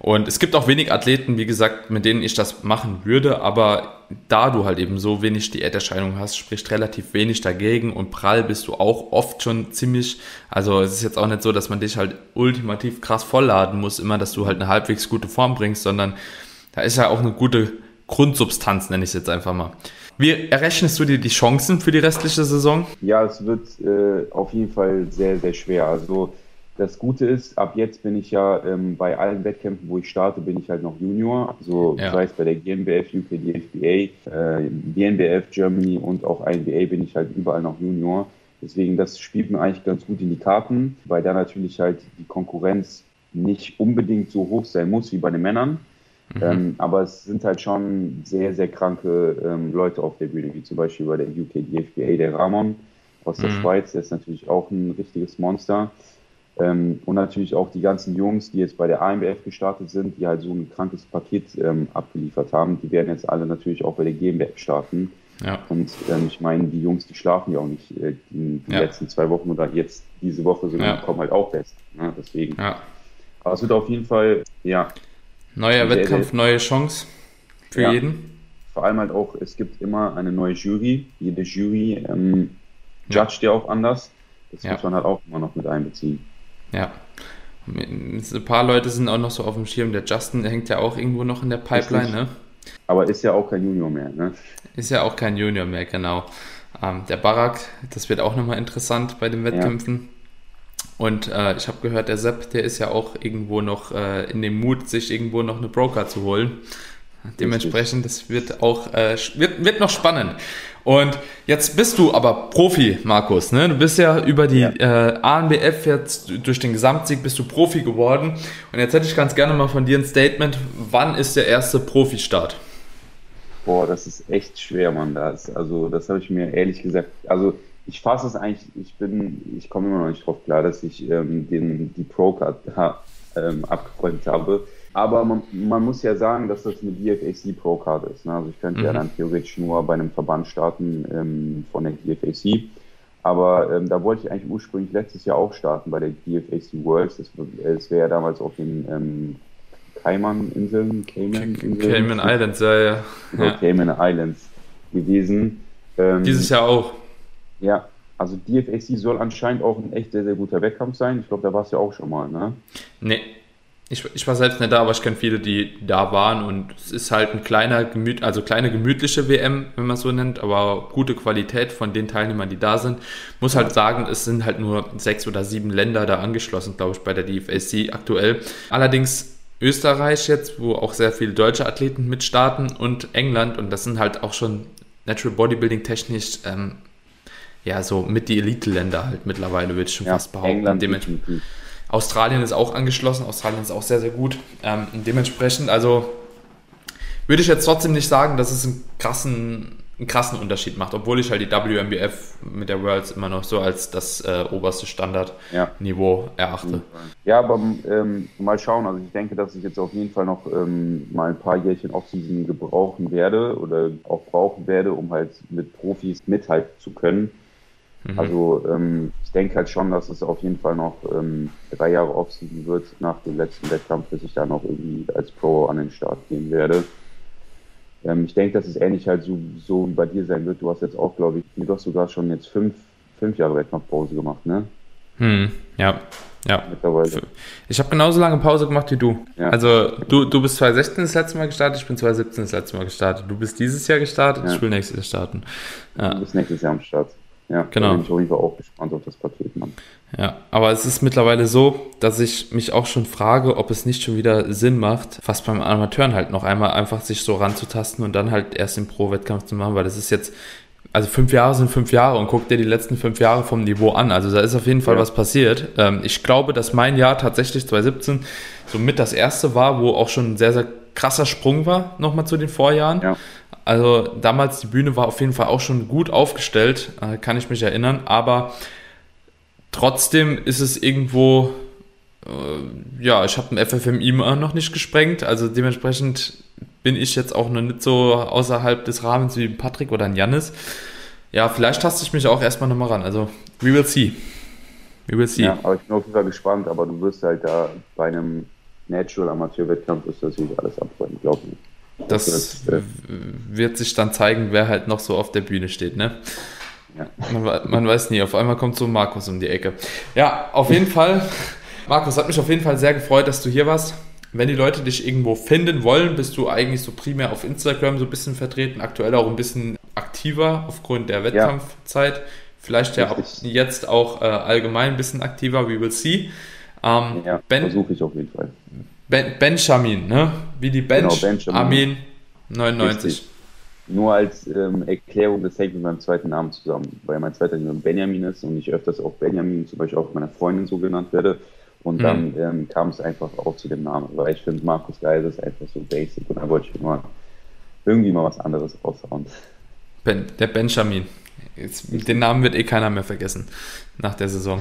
Und es gibt auch wenig Athleten, wie gesagt, mit denen ich das machen würde, aber da du halt eben so wenig Diäterscheinungen hast, spricht relativ wenig dagegen und prall bist du auch oft schon ziemlich, also es ist jetzt auch nicht so, dass man dich halt ultimativ krass vollladen muss, immer, dass du halt eine halbwegs gute Form bringst, sondern da ist ja auch eine gute Grundsubstanz, nenne ich es jetzt einfach mal. Wie errechnest du dir die Chancen für die restliche Saison? Ja, es wird äh, auf jeden Fall sehr, sehr schwer. Also das Gute ist, ab jetzt bin ich ja ähm, bei allen Wettkämpfen, wo ich starte, bin ich halt noch Junior. Also ja. sei es bei der G N B F, U K D F B A, äh, B N B F, Germany und auch I N B A bin ich halt überall noch Junior. Deswegen, das spielt mir eigentlich ganz gut in die Karten, weil da natürlich halt die Konkurrenz nicht unbedingt so hoch sein muss wie bei den Männern. Mhm. Ähm, aber es sind halt schon sehr, sehr kranke ähm, Leute auf der Bühne, wie zum Beispiel bei der U K D F B A, der Ramon aus der mhm. Schweiz, der ist natürlich auch ein richtiges Monster. Ähm, und natürlich auch die ganzen Jungs, die jetzt bei der A M B F gestartet sind, die halt so ein krankes Paket ähm, abgeliefert haben, die werden jetzt alle natürlich auch bei der G M B F starten. Ja. Und ähm, ich meine, die Jungs, die schlafen ja auch nicht äh, die, die ja. letzten zwei Wochen oder jetzt diese Woche, sondern ja. kommen halt auch fest. Ne? Deswegen. Ja. Aber es wird auf jeden Fall, ja. Neuer Wettkampf, der, neue Chance für ja. jeden. Vor allem halt auch, es gibt immer eine neue Jury. Jede Jury ähm, judgt ja auch anders. Das ja. muss man halt auch immer noch mit einbeziehen. Ja, ein paar Leute sind auch noch so auf dem Schirm. Der Justin, der hängt ja auch irgendwo noch in der Pipeline, ne? Aber ist ja auch kein Junior mehr, ne? Ist ja auch kein Junior mehr, genau. Ähm, der Barak, das wird auch nochmal interessant bei den Wettkämpfen. Ja. Und äh, ich habe gehört, der Sepp, der ist ja auch irgendwo noch äh, in dem Mut, sich irgendwo noch eine Pro-Card zu holen. Dementsprechend, das wird auch äh, wird, wird noch spannend. Und jetzt bist du aber Profi, Markus, ne? Du bist ja über die ja. äh, A N B F jetzt durch den Gesamtsieg bist du Profi geworden. Und jetzt hätte ich ganz gerne mal von dir ein Statement. Wann ist der erste Profistart? Boah, das ist echt schwer, Mann. Das, also das habe ich mir ehrlich gesagt. Also ich fasse es eigentlich. Ich bin, ich komme immer noch nicht drauf klar, dass ich ähm, den die Pro-Card ha, ähm, abgeräumt habe. Aber man, man muss ja sagen, dass das eine D F A C Pro-Card ist. Ne? Also ich könnte mhm. ja dann theoretisch nur bei einem Verband starten ähm, von der D F A C. Aber ähm, da wollte ich eigentlich ursprünglich letztes Jahr auch starten bei der D F A C Worlds. Das, das wäre ja damals auf den ähm, Cayman-Inseln, Cayman-Inseln. Cayman Islands, ja, ja. ja. Cayman Islands gewesen. Ähm, Dieses Jahr auch. Ja, also D F A C soll anscheinend auch ein echt sehr, sehr guter Wettkampf sein. Ich glaube, da warst du ja auch schon mal, ne? Nee. Ich, ich war selbst nicht da, aber ich kenne viele, die da waren und es ist halt ein kleiner, gemüt, also kleine gemütliche W M, wenn man es so nennt, aber gute Qualität von den Teilnehmern, die da sind. Muss halt sagen, es sind halt nur sechs oder sieben Länder da angeschlossen, glaube ich, bei der D F A C aktuell. Allerdings Österreich jetzt, wo auch sehr viele deutsche Athleten mitstarten und England und das sind halt auch schon Natural Bodybuilding technisch ähm, ja so mit die Elite-Länder halt mittlerweile, würde ich schon ja, fast behaupten. England dementsprechend. Australien ist auch angeschlossen, Australien ist auch sehr, sehr gut. Ähm, dementsprechend, also würde ich jetzt trotzdem nicht sagen, dass es einen krassen, einen krassen Unterschied macht, obwohl ich halt die W M B F mit der Worlds immer noch so als das äh, oberste Standardniveau ja. erachte. Ja, aber ähm, mal schauen, also ich denke, dass ich jetzt auf jeden Fall noch ähm, mal ein paar Jährchen Offseason gebrauchen werde oder auch brauchen werde, um halt mit Profis mithalten zu können. Also ähm, ich denke halt schon, dass es auf jeden Fall noch ähm, drei Jahre Offseason wird nach dem letzten Wettkampf, bis ich dann auch irgendwie als Pro an den Start gehen werde. Ähm, ich denke, dass es ähnlich halt so, so wie bei dir sein wird. Du hast jetzt auch, glaube ich, du hast sogar schon jetzt fünf, fünf Jahre Wettkampfpause gemacht, ne? Hm, ja. Ja, mittlerweile. Ich habe genauso lange Pause gemacht wie du. Ja. Also du, du bist zwanzig sechzehn das letzte Mal gestartet, ich bin zwanzig siebzehn das letzte Mal gestartet. Du bist dieses Jahr gestartet, ja. Ich will nächstes Jahr starten. Ja. Du bist nächstes Jahr am Start. Ja, genau. Da bin ich auf jeden Fall auch gespannt auf das Paket, Mann. Ja, aber es ist mittlerweile so, dass ich mich auch schon frage, ob es nicht schon wieder Sinn macht, fast beim Amateuren halt noch einmal einfach sich so ranzutasten und dann halt erst den Pro-Wettkampf zu machen, weil das ist jetzt, also fünf Jahre sind fünf Jahre und guck dir die letzten fünf Jahre vom Niveau an. Also da ist auf jeden Fall ja. was passiert. Ähm, ich glaube, dass mein Jahr tatsächlich zwanzig siebzehn so mit das erste war, wo auch schon ein sehr, sehr krasser Sprung war, nochmal zu den Vorjahren. Ja. Also damals, die Bühne war auf jeden Fall auch schon gut aufgestellt, äh, kann ich mich erinnern, aber trotzdem ist es irgendwo, äh, ja, ich habe den F F M I immer noch nicht gesprengt, also dementsprechend bin ich jetzt auch noch nicht so außerhalb des Rahmens wie Patrick oder ein Jannis. Ja, vielleicht taste ich mich auch erstmal nochmal ran, also we will see. We will see. Ja, aber ich bin auf jeden Fall gespannt, aber du wirst halt da bei einem Natural Amateur-Wettkampf ist, dass wir alles abräumen, glaub mir. Das, das äh, wird sich dann zeigen, wer halt noch so auf der Bühne steht, ne? Ja. Man, man weiß nie, auf einmal kommt so Markus um die Ecke. Ja, auf jeden Fall, Markus, hat mich auf jeden Fall sehr gefreut, dass du hier warst. Wenn die Leute dich irgendwo finden wollen, bist du eigentlich so primär auf Instagram so ein bisschen vertreten, aktuell auch ein bisschen aktiver aufgrund der Wettkampfzeit. Ja. Vielleicht ja auch jetzt auch äh, allgemein ein bisschen aktiver, we will see. Ähm, ja, ben, versuche ich auf jeden Fall. Ben, Benjamin, ne? Wie die Bench, genau, Benjamin. Armin neunundneunzig. Richtig. Nur als ähm, Erklärung, das hängt mit meinem zweiten Namen zusammen, weil mein zweiter Name Benjamin ist und ich öfters auch Benjamin, zum Beispiel auch meiner Freundin so genannt werde. Und dann mhm. ähm, kam es einfach auch zu dem Namen, weil ich finde, Markus Geil ist einfach so basic und da wollte ich immer irgendwie mal was anderes raushauen. Ben, der Benjamin. Jetzt, den Namen wird eh keiner mehr vergessen nach der Saison.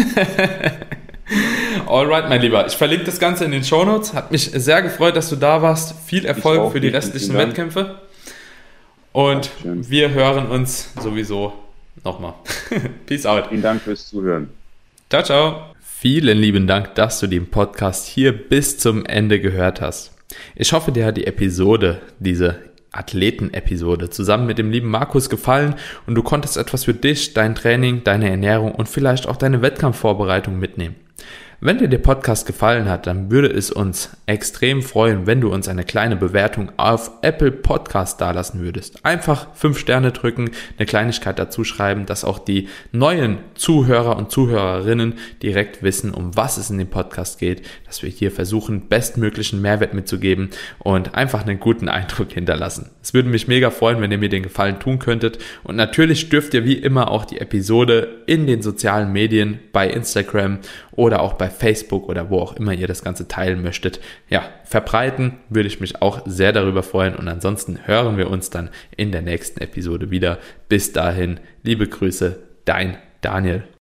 Alright, mein Lieber. Ich verlinke das Ganze in den Shownotes. Hat mich sehr gefreut, dass du da warst. Viel Erfolg für die restlichen Wettkämpfe. Und wir hören uns sowieso nochmal. Peace out. Vielen Dank fürs Zuhören. Ciao, ciao. Vielen lieben Dank, dass du den Podcast hier bis zum Ende gehört hast. Ich hoffe, dir hat die Episode, diese Athleten-Episode zusammen mit dem lieben Markus gefallen und du konntest etwas für dich, dein Training, deine Ernährung und vielleicht auch deine Wettkampfvorbereitung mitnehmen. Wenn dir der Podcast gefallen hat, dann würde es uns extrem freuen, wenn du uns eine kleine Bewertung auf Apple Podcast dalassen würdest. Einfach fünf Sterne drücken, eine Kleinigkeit dazu schreiben, dass auch die neuen Zuhörer und Zuhörerinnen direkt wissen, um was es in dem Podcast geht, dass wir hier versuchen, bestmöglichen Mehrwert mitzugeben und einfach einen guten Eindruck hinterlassen. Es würde mich mega freuen, wenn ihr mir den Gefallen tun könntet und natürlich dürft ihr wie immer auch die Episode in den sozialen Medien, bei Instagram oder auch bei Facebook oder wo auch immer ihr das Ganze teilen möchtet, ja, verbreiten, würde ich mich auch sehr darüber freuen und ansonsten hören wir uns dann in der nächsten Episode wieder. Bis dahin, liebe Grüße, dein Daniel.